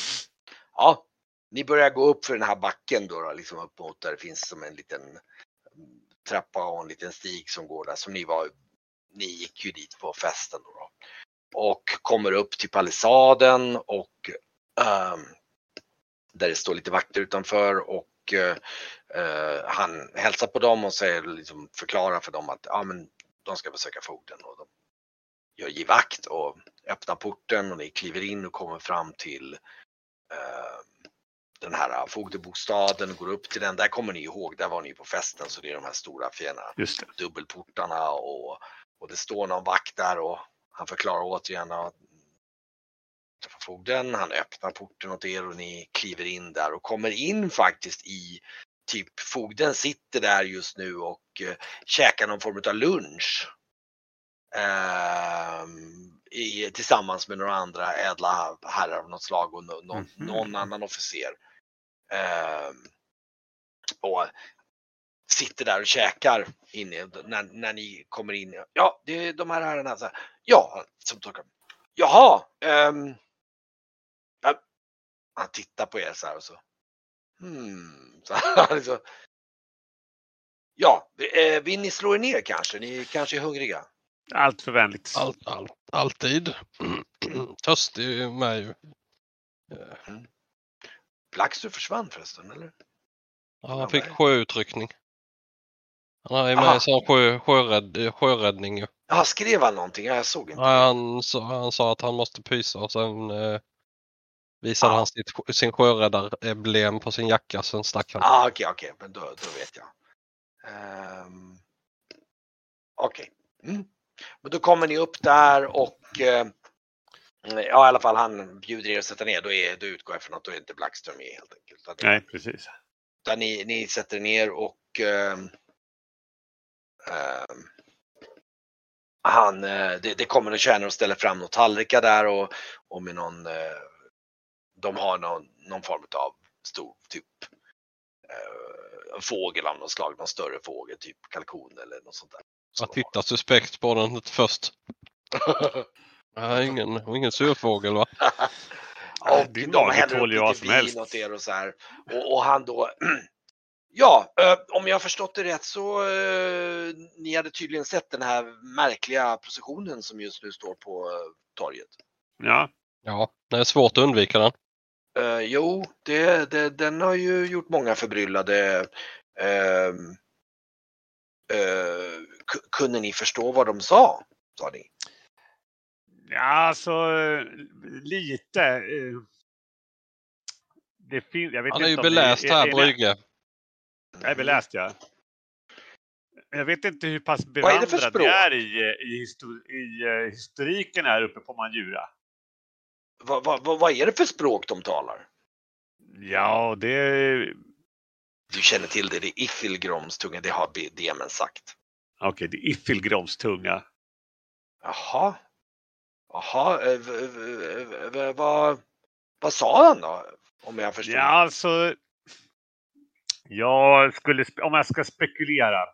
ni börjar gå upp för den här backen då liksom upp mot där det finns som en liten trappa och en liten stig som går där, som ni gick ju dit på festen då. Och kommer upp till palissaden och där det står lite vakter utanför och han hälsar på dem och säger, liksom, förklarar för dem att men de ska besöka fogden, och de gör givakt och öppnar porten och ni kliver in och kommer fram till den här fogdebostaden och går upp till den. Där kommer ni ihåg, där var ni på festen, så det är de här stora fina dubbelportarna och det står någon vakt där och han förklarar återigen att träffa fogden. Han öppnar porten åt er och ni kliver in där och kommer in faktiskt i typ, fogden sitter där just nu och käkar någon form av lunch tillsammans med några andra ädla herrar av något slag och någon annan officer. Och sitter där och käkar inne när ni kommer in. Ja, det är de här herrarna. Så här, ja, som tolkar. Jaha. Han tittar på er så här och så. Så här, liksom. Ja, vill ni slå er ner kanske? Ni kanske är hungriga. Allt för vänligt. Alltid. Törstig är med ju. Blackster försvann förresten, eller? Ja, han fick sjöutryckning. Han är med i en sån sjöräddning ju. Ja, skrev han någonting? Jag såg inte. Ja, han sa att han måste pysa och sen visade han sin sjöräddar-emblem på sin jacka, sen stack han. Okej. Men då vet jag. Okej. Men då kommer ni upp där och i alla fall han bjuder er att sätta ner. Då utgår jag från att då är inte Blackstone med helt enkelt. Nej, precis. Där ni sätter ner och det kommer en tjänare och ställer fram några tallrikar där och med någon de har någon form av stor typ fågel av något slag, någon större fågel, typ kalkon eller något sånt där. Jag tittar suspekt på den först. Nej, ingen surfågel, va? Och de häller upp lite vin åt er och så här. Och han då ja, om jag har förstått det rätt så ni hade tydligen sett den här märkliga processionen som just nu står på torget. Ja, det är svårt att undvika den. Jo, den har ju gjort många förbryllade. Kunde ni förstå vad de sa ni? Ja, alltså lite. Jag vet Han inte är ju beläst här, Brygge. Jag är beläst, ja. Jag vet inte hur pass bevandrad det är i historiken här uppe på Manjura. Vad är det för språk de talar? Ja, Du känner till det är Ifilgromstunga, det har Demen sagt. Okej, det är Ifilgromstunga. Jaha, vad sa han då? Om jag förstår. Ja, alltså om jag ska spekulera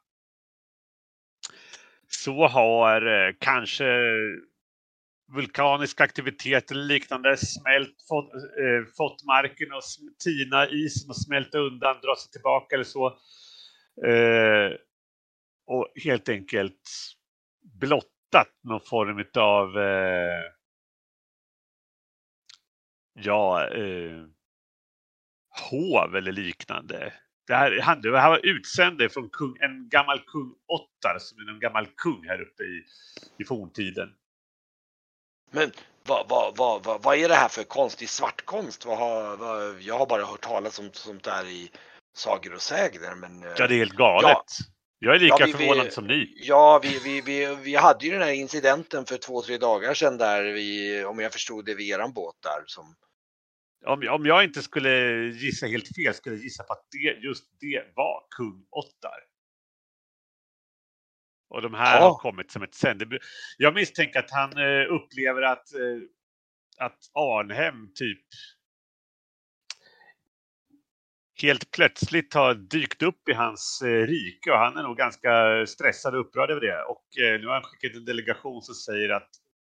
så har kanske vulkanisk aktivitet eller liknande fått marken och tina isen och smälta undan, dra sig tillbaka eller så. Och helt enkelt blottat någon form av hov eller liknande. Det här var utsände från en gammal kung Ottar, som är en gammal kung här uppe i forntiden. Men vad är det här för konstig svartkonst? Jag har bara hört talas om sånt där i sagor och sägner. Men, ja, det är helt galet. Ja. Jag är lika förvånad som ni. Ja, vi hade ju den här incidenten för 2-3 dagar sedan där om jag förstod det, vid eran båt där som... Om jag inte skulle gissa helt fel skulle jag gissa på att det var kung Ottar. Och de här har kommit som ett sändebud. Jag misstänker att han upplever att Arnhem typ helt plötsligt har dykt upp i hans rike och han är nog ganska stressad och upprörd över det. Och nu har han skickat en delegation som säger att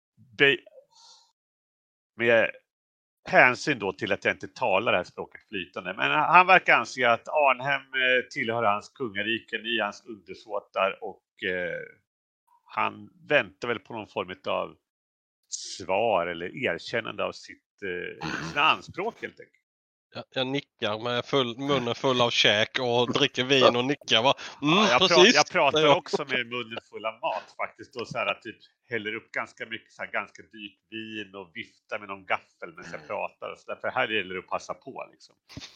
med hänsyn då till att jag inte talar det här språket flytande. Men han verkar anse att Arnhem tillhör hans kungariken, i hans undersåtar och han väntar väl på någon form av svar eller erkännande av sina anspråk helt enkelt. Jag nickar med munnen full av käk och dricker vin och nickar. Jag pratar också med munnen full av mat faktiskt. Och så här, typ häller upp ganska mycket så här, ganska dyrt vin och viftar med någon gaffel medan jag pratar. Så därför här gäller det att passa på liksom.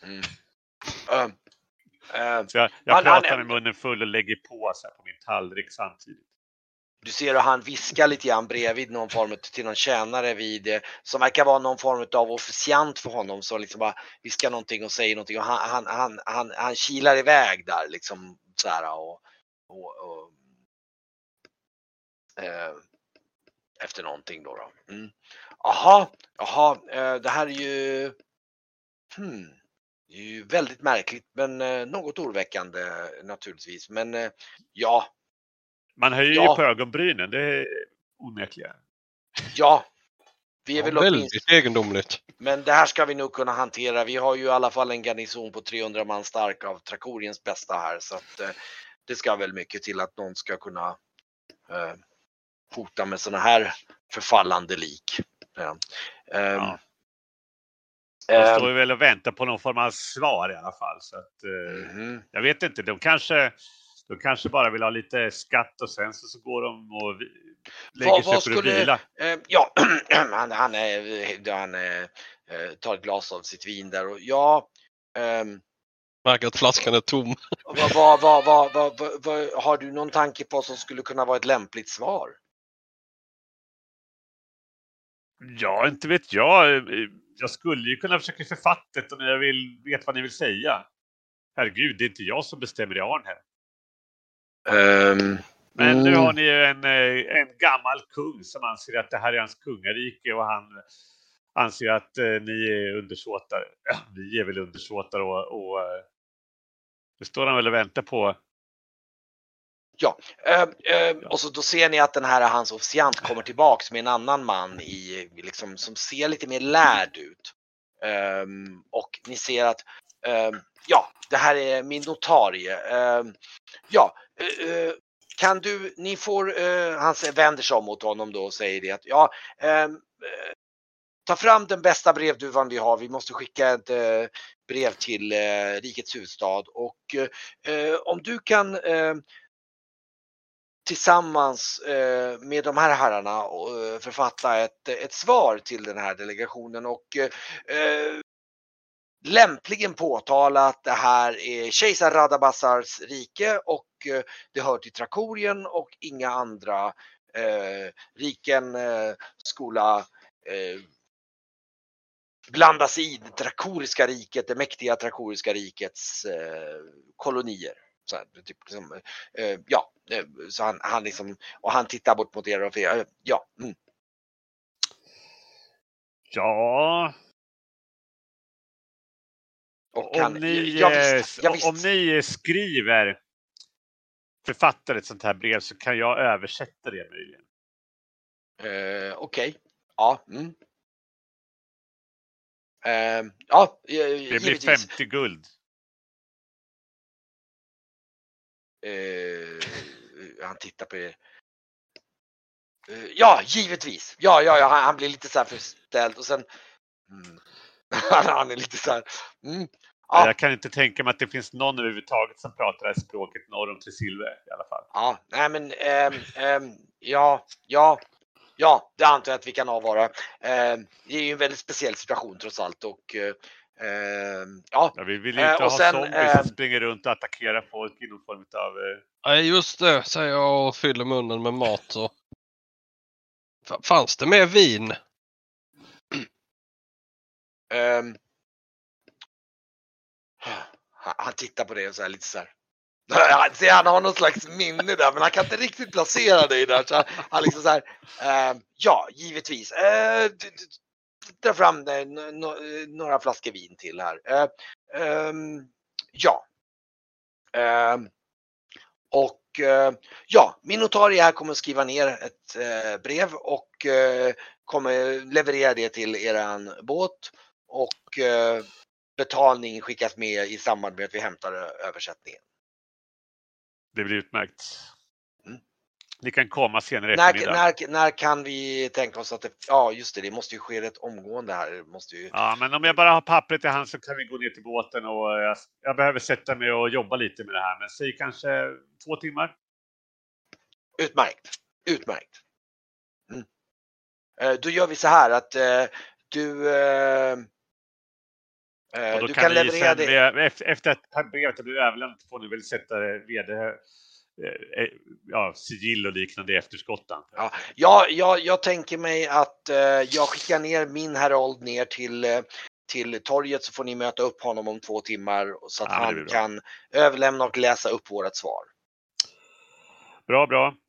Så jag pratar med munnen full och lägger på så här, på min tallrik samtidigt. Du ser att han viskar lite grann bredvid någon form till någon tjänare som verkar vara någon form av officiant för honom, så liksom bara viskar någonting och säger någonting och han kilar iväg där liksom så här och efter någonting då. Jaha, det här är ju det är ju väldigt märkligt, men något oroväckande naturligtvis, men ja. Man höjer ju på ögonbrynen, det är onekligen. Ja, vi är väl väldigt egendomligt. Men det här ska vi nog kunna hantera. Vi har ju i alla fall en garnison på 300 man stark av Trakoriens bästa här, så att det ska väl mycket till att någon ska kunna hota med såna här förfallande lik. De står väl och väntar på någon form av svar i alla fall, så att jag vet inte, de kanske bara vill ha lite skatt och sen så går de och lägger sig för att vila. Han tar ett glas av sitt vin där och märker att flaskan är tom. Har du någon tanke på som skulle kunna vara ett lämpligt svar? Ja, inte vet jag. Jag skulle ju kunna försöka författa det om jag vet vad ni vill säga. Herregud, det är inte jag som bestämmer i Arn här. Men nu har ni en gammal kung som anser att det här är hans kungarike och han anser att ni är undersåtar. Vi är väl undersåtar och det står han väl och väntar på. Ja, och så då ser ni att den här hans officiant kommer tillbaks med en annan man liksom, som ser lite mer lärd ut. Och ni ser att det här är min notarie. Han vänder sig om mot honom då och säger det att ta fram den bästa brevduvan vi har. Vi måste skicka ett brev till rikets huvudstad och om du kan tillsammans med de här herrarna författa ett svar till den här delegationen och lämpligen påtala att det här är kejsar Radabasars rike och det hör till Trakorien och inga andra riken skola blanda sig i det trakoriska riket, det mäktiga trakoriska rikets kolonier. Så här, typ, liksom, så han liksom, och han tittar bort mot er och Och om ni skriver författar ett sånt här brev så kan jag översätta det möjligen. Okej. Ja. Det blir 50 guld. Han tittar på er. Ja, givetvis. Ja, han blir lite så här förställd och sen han är lite så här. Jag kan inte tänka mig att det finns någon överhuvudtaget som pratar det här språket norr om Tresilve i alla fall. Ja, nej men det antar jag att vi kan avvara. Det är ju en väldigt speciell situation trots allt och vi vill inte ha zombies som springer runt och attackerar folk i någon form av... Nej, just det, säger jag och fyller munnen med mat. Och... Fanns det mer vin? Han tittar på det och så här lite så här. Han har någon slags minne där, men han kan inte riktigt placera det där. Så han liksom så här, ja, givetvis. Dra fram några flaskor vin till här. Min notarie här kommer skriva ner ett brev och kommer leverera det till eran båt och betalning skickas med i samband med att vi hämtar översättningen. Det blir utmärkt. Ni kan komma senare eftermiddag. När kan vi tänka oss att ja just det måste ju ske rätt omgående här. Det måste ju... Ja, men om jag bara har pappret i hand så kan vi gå ner till båten och jag behöver sätta mig och jobba lite med det här. Men säg kanske 2 timmar. Utmärkt. Då gör vi så här att du kan leverera det. Efter att brevet blir överlämnat får ni väl sätta sigill och liknande i efterskottan. Ja, jag tänker mig att jag skickar ner min Herold ner till torget, så får ni möta upp honom om 2 timmar så att han kan överlämna och läsa upp vårat svar. Bra.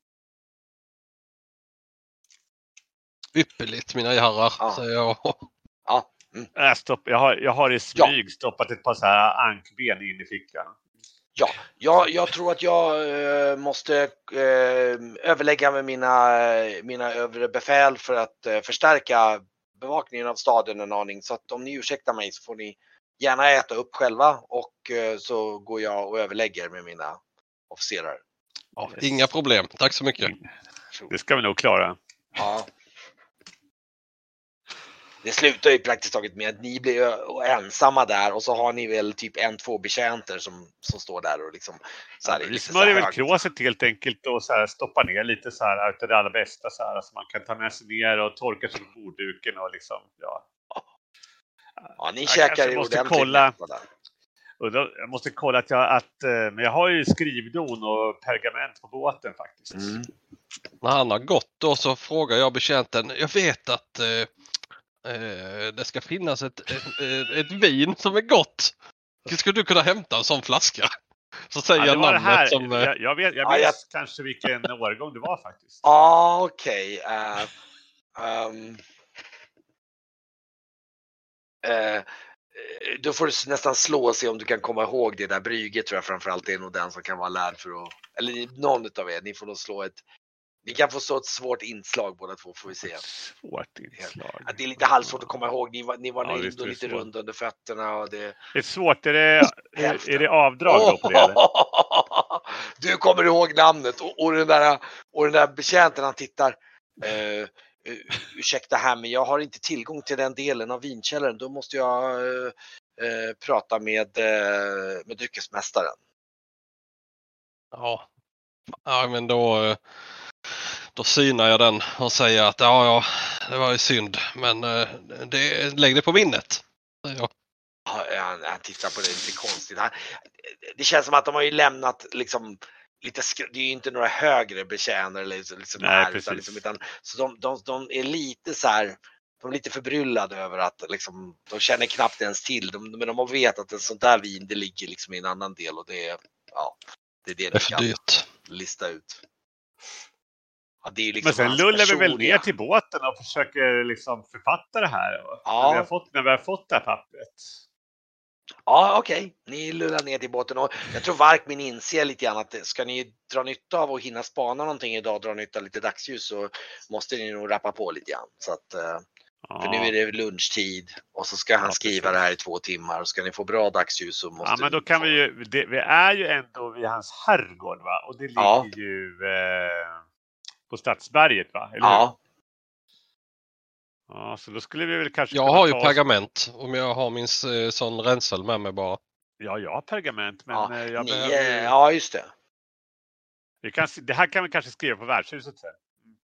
Ypperligt, mina herrar, säger jag. Ja. Jag har i smyg stoppat ett par så här ankben in i fickan. Ja, jag tror att jag måste överlägga med mina övre befäl för att förstärka bevakningen av staden en aning. Så att om ni ursäktar mig så får ni gärna äta upp själva och så går jag och överlägger med mina officerare. Ja, inga problem, tack så mycket. Det ska vi nog klara. Ja. Det slutar ju praktiskt taget med att ni blir ensamma där och så har ni väl typ 1-2 betjänter som står där och liksom så här, vi smörjer väl kråset helt enkelt och så här stoppar ner lite så här utav det allra bästa så här så man kan ta med sig ner och torka sig på bordduken och liksom ni käkar ju ordentligt. Jag måste kolla men jag har ju skrivdon och pergament på båten faktiskt. När han har gått då så frågar jag betjänten, jag vet att det ska finnas ett vin som är gott. Skulle du kunna hämta en sån flaska? Så säger jag namnet här. som... Jag vet kanske vilken årgång det var faktiskt. Okej. Då får du nästan slå och se om du kan komma ihåg det där brygget, tror jag framförallt. Det är nog den som kan vara lärd för att... Eller någon av er, ni får nog slå ni kan få så ett svårt inslag båda två, får vi se. Svårt inslag. Det är lite halvsvårt att komma ihåg. Ni var ändå lite rund under fötterna. Och det är svårt. Är det avdrag då på det? Eller? Du kommer ihåg namnet och den där betjänten, han tittar. Ursäkta här, men jag har inte tillgång till den delen av vinkällaren. Då måste jag prata med dryckesmästaren. Ja, men då synar jag den och säger att det var ju synd, men lägg det på minnet. Han tittar på det lite konstigt. Det känns som att de har ju lämnat liksom lite, det är ju inte några högre betjänare liksom här, utan så de är lite så här, de är lite förbryllade över att liksom, de känner knappt ens till, men de vet att en sånt där vin, det ligger liksom i en annan del och det är det de kan lista ut. Ja, det är liksom, men sen lullar vi väl ner till båten och försöker liksom författa det här. När vi har fått det här pappret. Ja, okej. Ni lullar ner till båten och jag tror Varkmin inser lite grann att ska ni dra nytta av att hinna spana någonting idag, dra nytta av lite dagsljus, så måste ni nog rappa på lite grann. Så att, för nu är det lunchtid och så ska han skriva det här i 2 timmar och ska ni få bra dagsljus så måste men då kan vi är ju ändå vid hans herrgård, va? Och det ligger ju på Stadsberget, va? Eller hur? Ja, så då skulle vi väl kanske... Jag har ju pergament om jag har min sån rensel med mig bara. Ja, jag har pergament, men jag behöver... Ja, just det. Det här kan vi kanske skriva på värdshuset sen.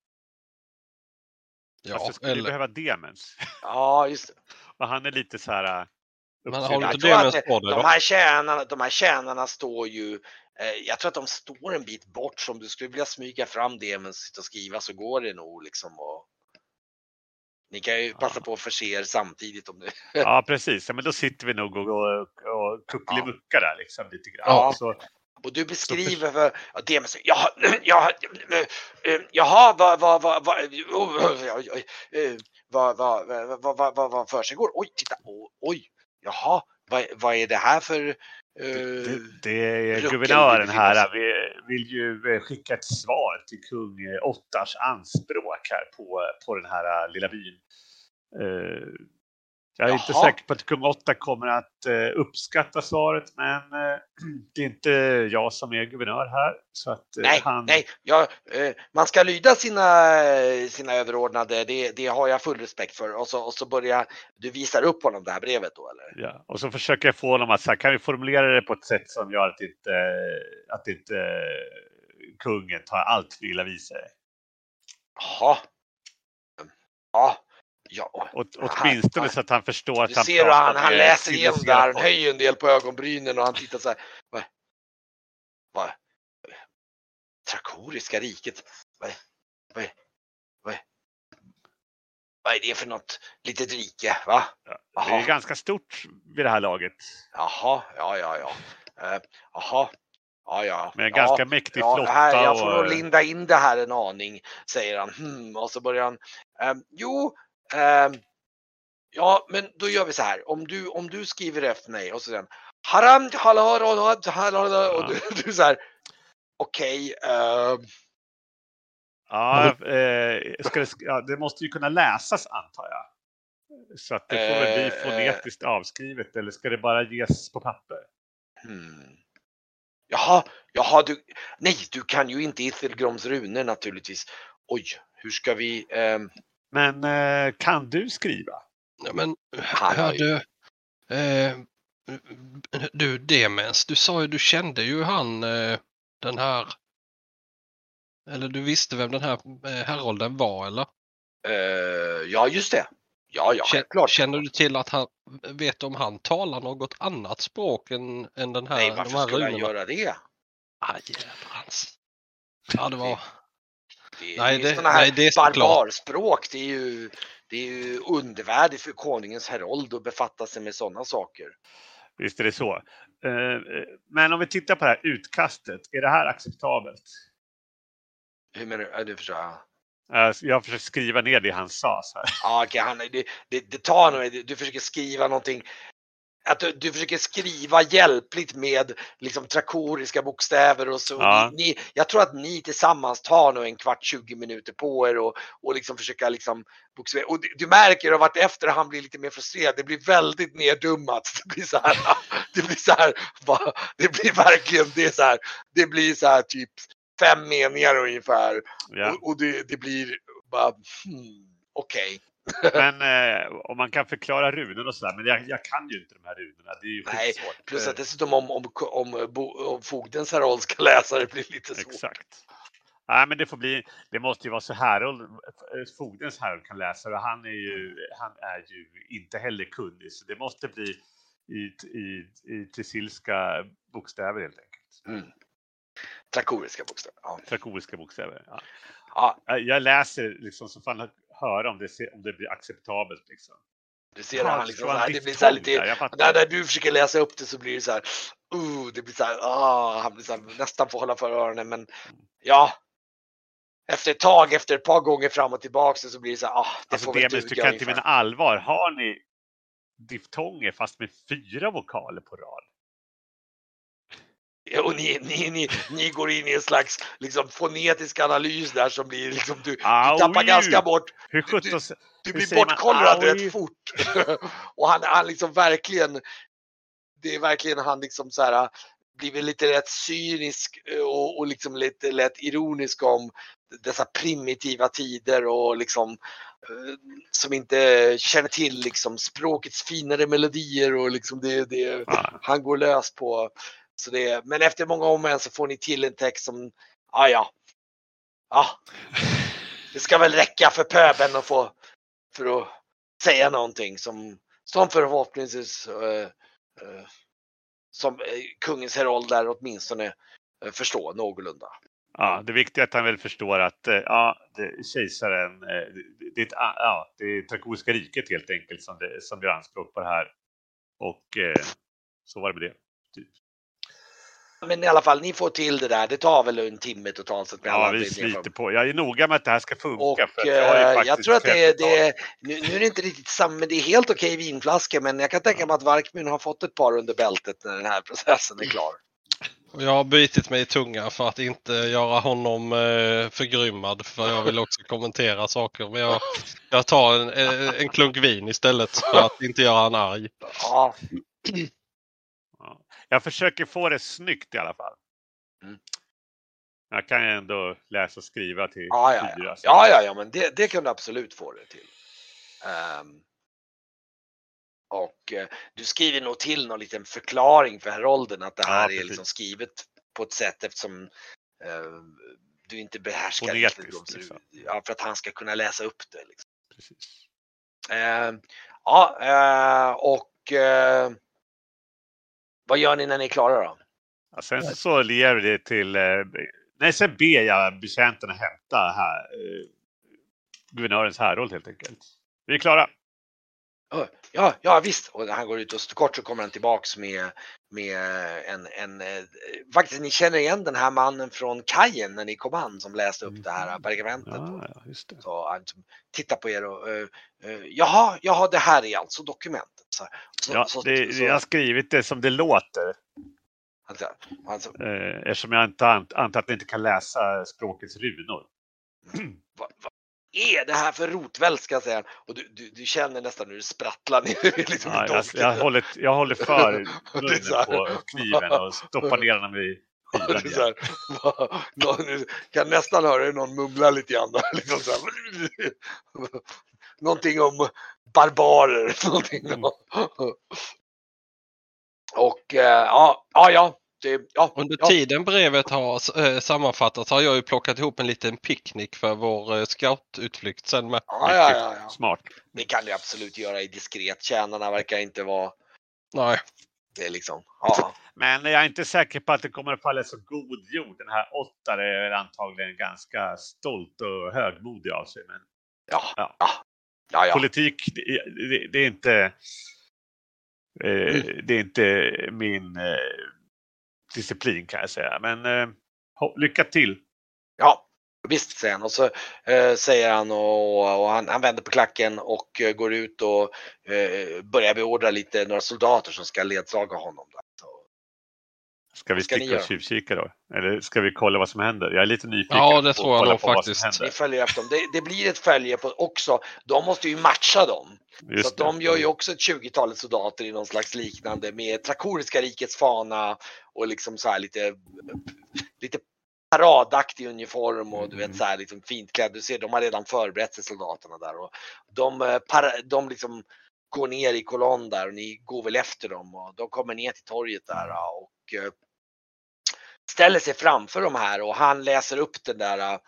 Ja, fast vi behöva demens. Ja, just det. Och han är lite så här... Men har du inte demens på det då? De här tjänarna står ju... Jag tror att de står en bit bort, så om du skulle vilja smyga fram demens och skriva så går det nog liksom och... Ni kan ju passa på att förse er samtidigt om det. Ja, precis. Ja, men då sitter vi nog och kuckelimuckar där liksom lite grann. Ja. Så, och du beskriver för demens. Jaha, vad försiggår? Oj, titta. Oj. Jaha, vad är det här för det är guvernören här. Vi vill ju skicka ett svar till kung Ottars anspråk här på den här lilla byn. Jag är inte säker på att kung 8 kommer att uppskatta svaret, men det är inte jag som är guvernör här. Så att, man ska lyda sina överordnade, det har jag full respekt för. Och så börjar du visar upp honom det här brevet då, eller? Ja, och så försöker jag få honom att så här, kan vi formulera det på ett sätt som gör att inte kungen tar allt för illa vid sig. Jaha. Ja. Åtminstone så att han förstår att han ser pratar. Han läser igenom där, han höjer en del på ögonbrynen och han tittar så här. Vad? Trakoriska riket. Vad är det för något litet rike, va? Ja, det är ganska stort vid det här laget. Jaha, ja. Med en ganska mäktig flotta. Här, jag får nog linda in det här en aning, säger han. Och så börjar han. Ja, men då gör vi så här. Om du skriver efter mig och så sen haram och du så här. Okej. Det måste ju kunna läsas, antar jag. Så att det får väl bli fonetiskt avskrivet, eller ska det bara ges på papper? Jaha, du kan ju inte Ithilgroms runor naturligtvis. Oj, hur ska vi... Men kan du skriva? Ja, men du Demens, du sa ju du kände ju han den här, eller du visste vem den här Herolden var, eller? Ja, just det. Ja, klart. Känner du till att han vet om han talar något annat språk än den här? Nej, varför skulle han göra det? Jädrans. Ja, det var... Det är barbarspråk. Det är ju undervärdigt för konungens herold att befatta sig med sådana saker. Visst är det så. Men om vi tittar på det här utkastet, är det här acceptabelt? Hur menar du? Förstår jag? Jag försöker skriva ner det han sa. Så här. Ja, okej, det tar nog. Du försöker skriva någonting. Att du försöker skriva hjälpligt med liksom trakoriska bokstäver och så. Ja. Jag tror att ni tillsammans tar nog en kvart, 20 minuter på er och liksom försöka liksom bokstäver. Och du märker av att efter han blir lite mer frustrerad, det blir väldigt neddummat. Det blir så här typ 5 meningar ungefär. Ja. Och det blir bara okej. Men om man kan förklara runor och sådär, men jag kan ju inte de här runorna. Det är ju skitsvårt. Plus att dessutom om fogdens herold ska läsa det blir lite svårt. Exakt. Nej, men det måste ju vara så här. Fogdens herold kan läsa och han är ju inte heller kunnig, så det måste bli i trisilska bokstäver helt enkelt. Trakoriska bokstäver. Ja. Trakoriska bokstäver. Ja. Ja. Jag läser liksom så fan höra om det blir acceptabelt liksom. Du ser han liksom så här, det blir så här lite när du försöker läsa upp det så blir det så här det blir så här han blir så här, nästan får hålla för öronen, men ja, efter ett par gånger fram och tillbaka så blir det så här du kan inte mena allvar. Har ni diftonger fast med 4 vokaler på rad? Och ni går in i en slags liksom fonetisk analys där som blir liksom du tappar ganska bort. Du blir bortkollrad rätt fort. Och han liksom verkligen, det är verkligen han liksom så här blir lite rätt cynisk och liksom lite lätt ironisk om dessa primitiva tider och liksom som inte känner till liksom språkets finare melodier och liksom det han går lös på. Så men efter många om så får ni till en text som det ska väl räcka för pöben för att säga någonting som förhoppningsvis som kungens herold där åtminstone förstår någorlunda. Ja, det viktiga är att han väl förstår att kejsaren det är Trakoriska riket helt enkelt som gör anspråk på det här. Och så var det med det. Typ. Men i alla fall, ni får till det där. Det tar väl en timme totalt sett. Vi sliter på. Jag är noga med att det här ska funka. Och för att jag tror att nu är det inte riktigt samma, men det är helt okej vinflaska. Men jag kan tänka mig att Varkmyn har fått ett par under bältet när den här processen är klar. Och jag har bitit mig i tunga för att inte göra honom förgrymmad. För jag vill också kommentera saker. Men jag tar en klunk vin istället för att inte göra han arg. Ja. Ja. Jag försöker få det snyggt i alla fall. Jag kan ju ändå läsa och skriva till 4. Ja, men det kan du absolut få det till. Och du skriver nog till någon liten förklaring för Herolden att det här är liksom skrivet på ett sätt eftersom du inte behärskar riktigt liksom. Ja, för att han ska kunna läsa upp det. Liksom. Precis. Vad gör ni när ni är klara då? Ja, sen så ler det till... sen ber jag betjänterna hämta här, guvernörens Herold helt enkelt. Vi är klara. Ja, visst. Och han går ut och kort så kommer han tillbaks med en faktiskt ni känner igen den här mannen från kajen när ni kom an som läste upp det här pergamentet. Ja, just det. Så han tittar på er och jaha, det här är alltså dokumentet. Jag har skrivit det som det låter. Alltså, eftersom jag inte antar att ni inte kan läsa språkets runor. Vad är det här för rotvälska, säger han. Och du känner nästan hur det sprattlar ner liksom jag håller för munnen på kniven och stoppar ner den vid skivan. Du kan nästan höra någon mumla lite grann. Liksom så här. Någonting om barbarer. Och Under tiden brevet har sammanfattats har jag ju plockat ihop en liten picknick för vår scoututflykt sen med. Ja. Smart. Det kan du absolut göra i diskret. Tjänarna verkar inte vara... Nej. Det är liksom... Men jag är inte säker på att det kommer att falla så god jord. Den här Ottar är antagligen ganska stolt och högmodig av sig. Men... Ja. Politik, det är inte... Det är inte min... disciplin kan jag säga, men lycka till. Ja, visst, säger han. Och så säger han och han vänder på klacken och går ut och börjar beordra några soldater som ska ledsaga honom. Ska vi sticka och tjuvkika då? Eller ska vi kolla vad som händer? Jag är lite nyfiken. Ja, det tror jag nog faktiskt. Ni följer efter dem. Det blir ett följe på också. De måste ju matcha dem. Så att de gör ju också ett 20-talet soldater i någon slags liknande med Trakoriska rikets fana och liksom så här lite paradaktig uniform och du vet så här liksom fint klädd. Du ser, de har redan förberett sig, soldaterna där, och de liksom går ner i kolonn där och ni går väl efter dem och de kommer ner till torget där och ställer sig framför de här och han läser upp den där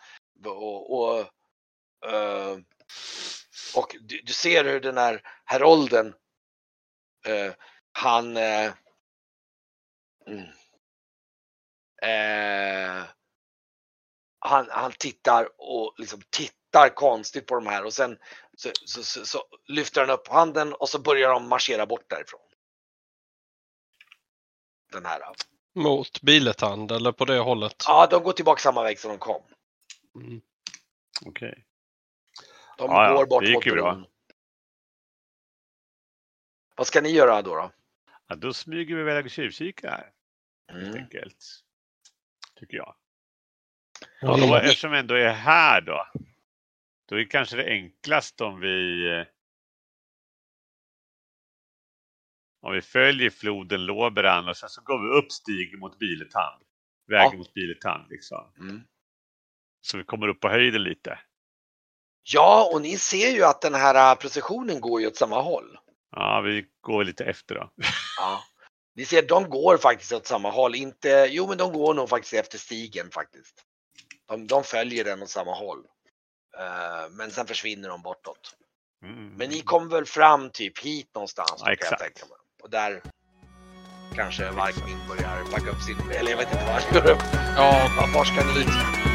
och du ser hur den här Herolden han tittar och liksom tittar konstigt på de här och sen så lyfter han upp handen och så börjar de marschera bort därifrån. Den här. Mot Biletand eller på det hållet? Ja, de går tillbaka samma väg som de kom. Okej. De går bort mot bron. Vad ska ni göra då? Ja, då smyger vi iväg och tjuvkika här. Helt enkelt. Tycker jag. Och då, eftersom vi ändå är här då är det kanske det enklast om vi följer floden Låberan och sen så går vi upp stigen mot Biletand. Vägen mot Biletand liksom. Så vi kommer upp på höjden lite. Ja, och ni ser ju att den här processionen går ju åt samma håll. Ja, vi går lite efter då. Ja. Ni ser, de går faktiskt åt samma håll. Men de går nog faktiskt efter stigen faktiskt. De följer den åt samma håll. Men sen försvinner de bortåt. Men ni kommer väl fram typ hit någonstans. Ja, exakt. Och där kanske Varkmin börjar packa upp sin... Eller jag vet inte var. Ja, var ska ni?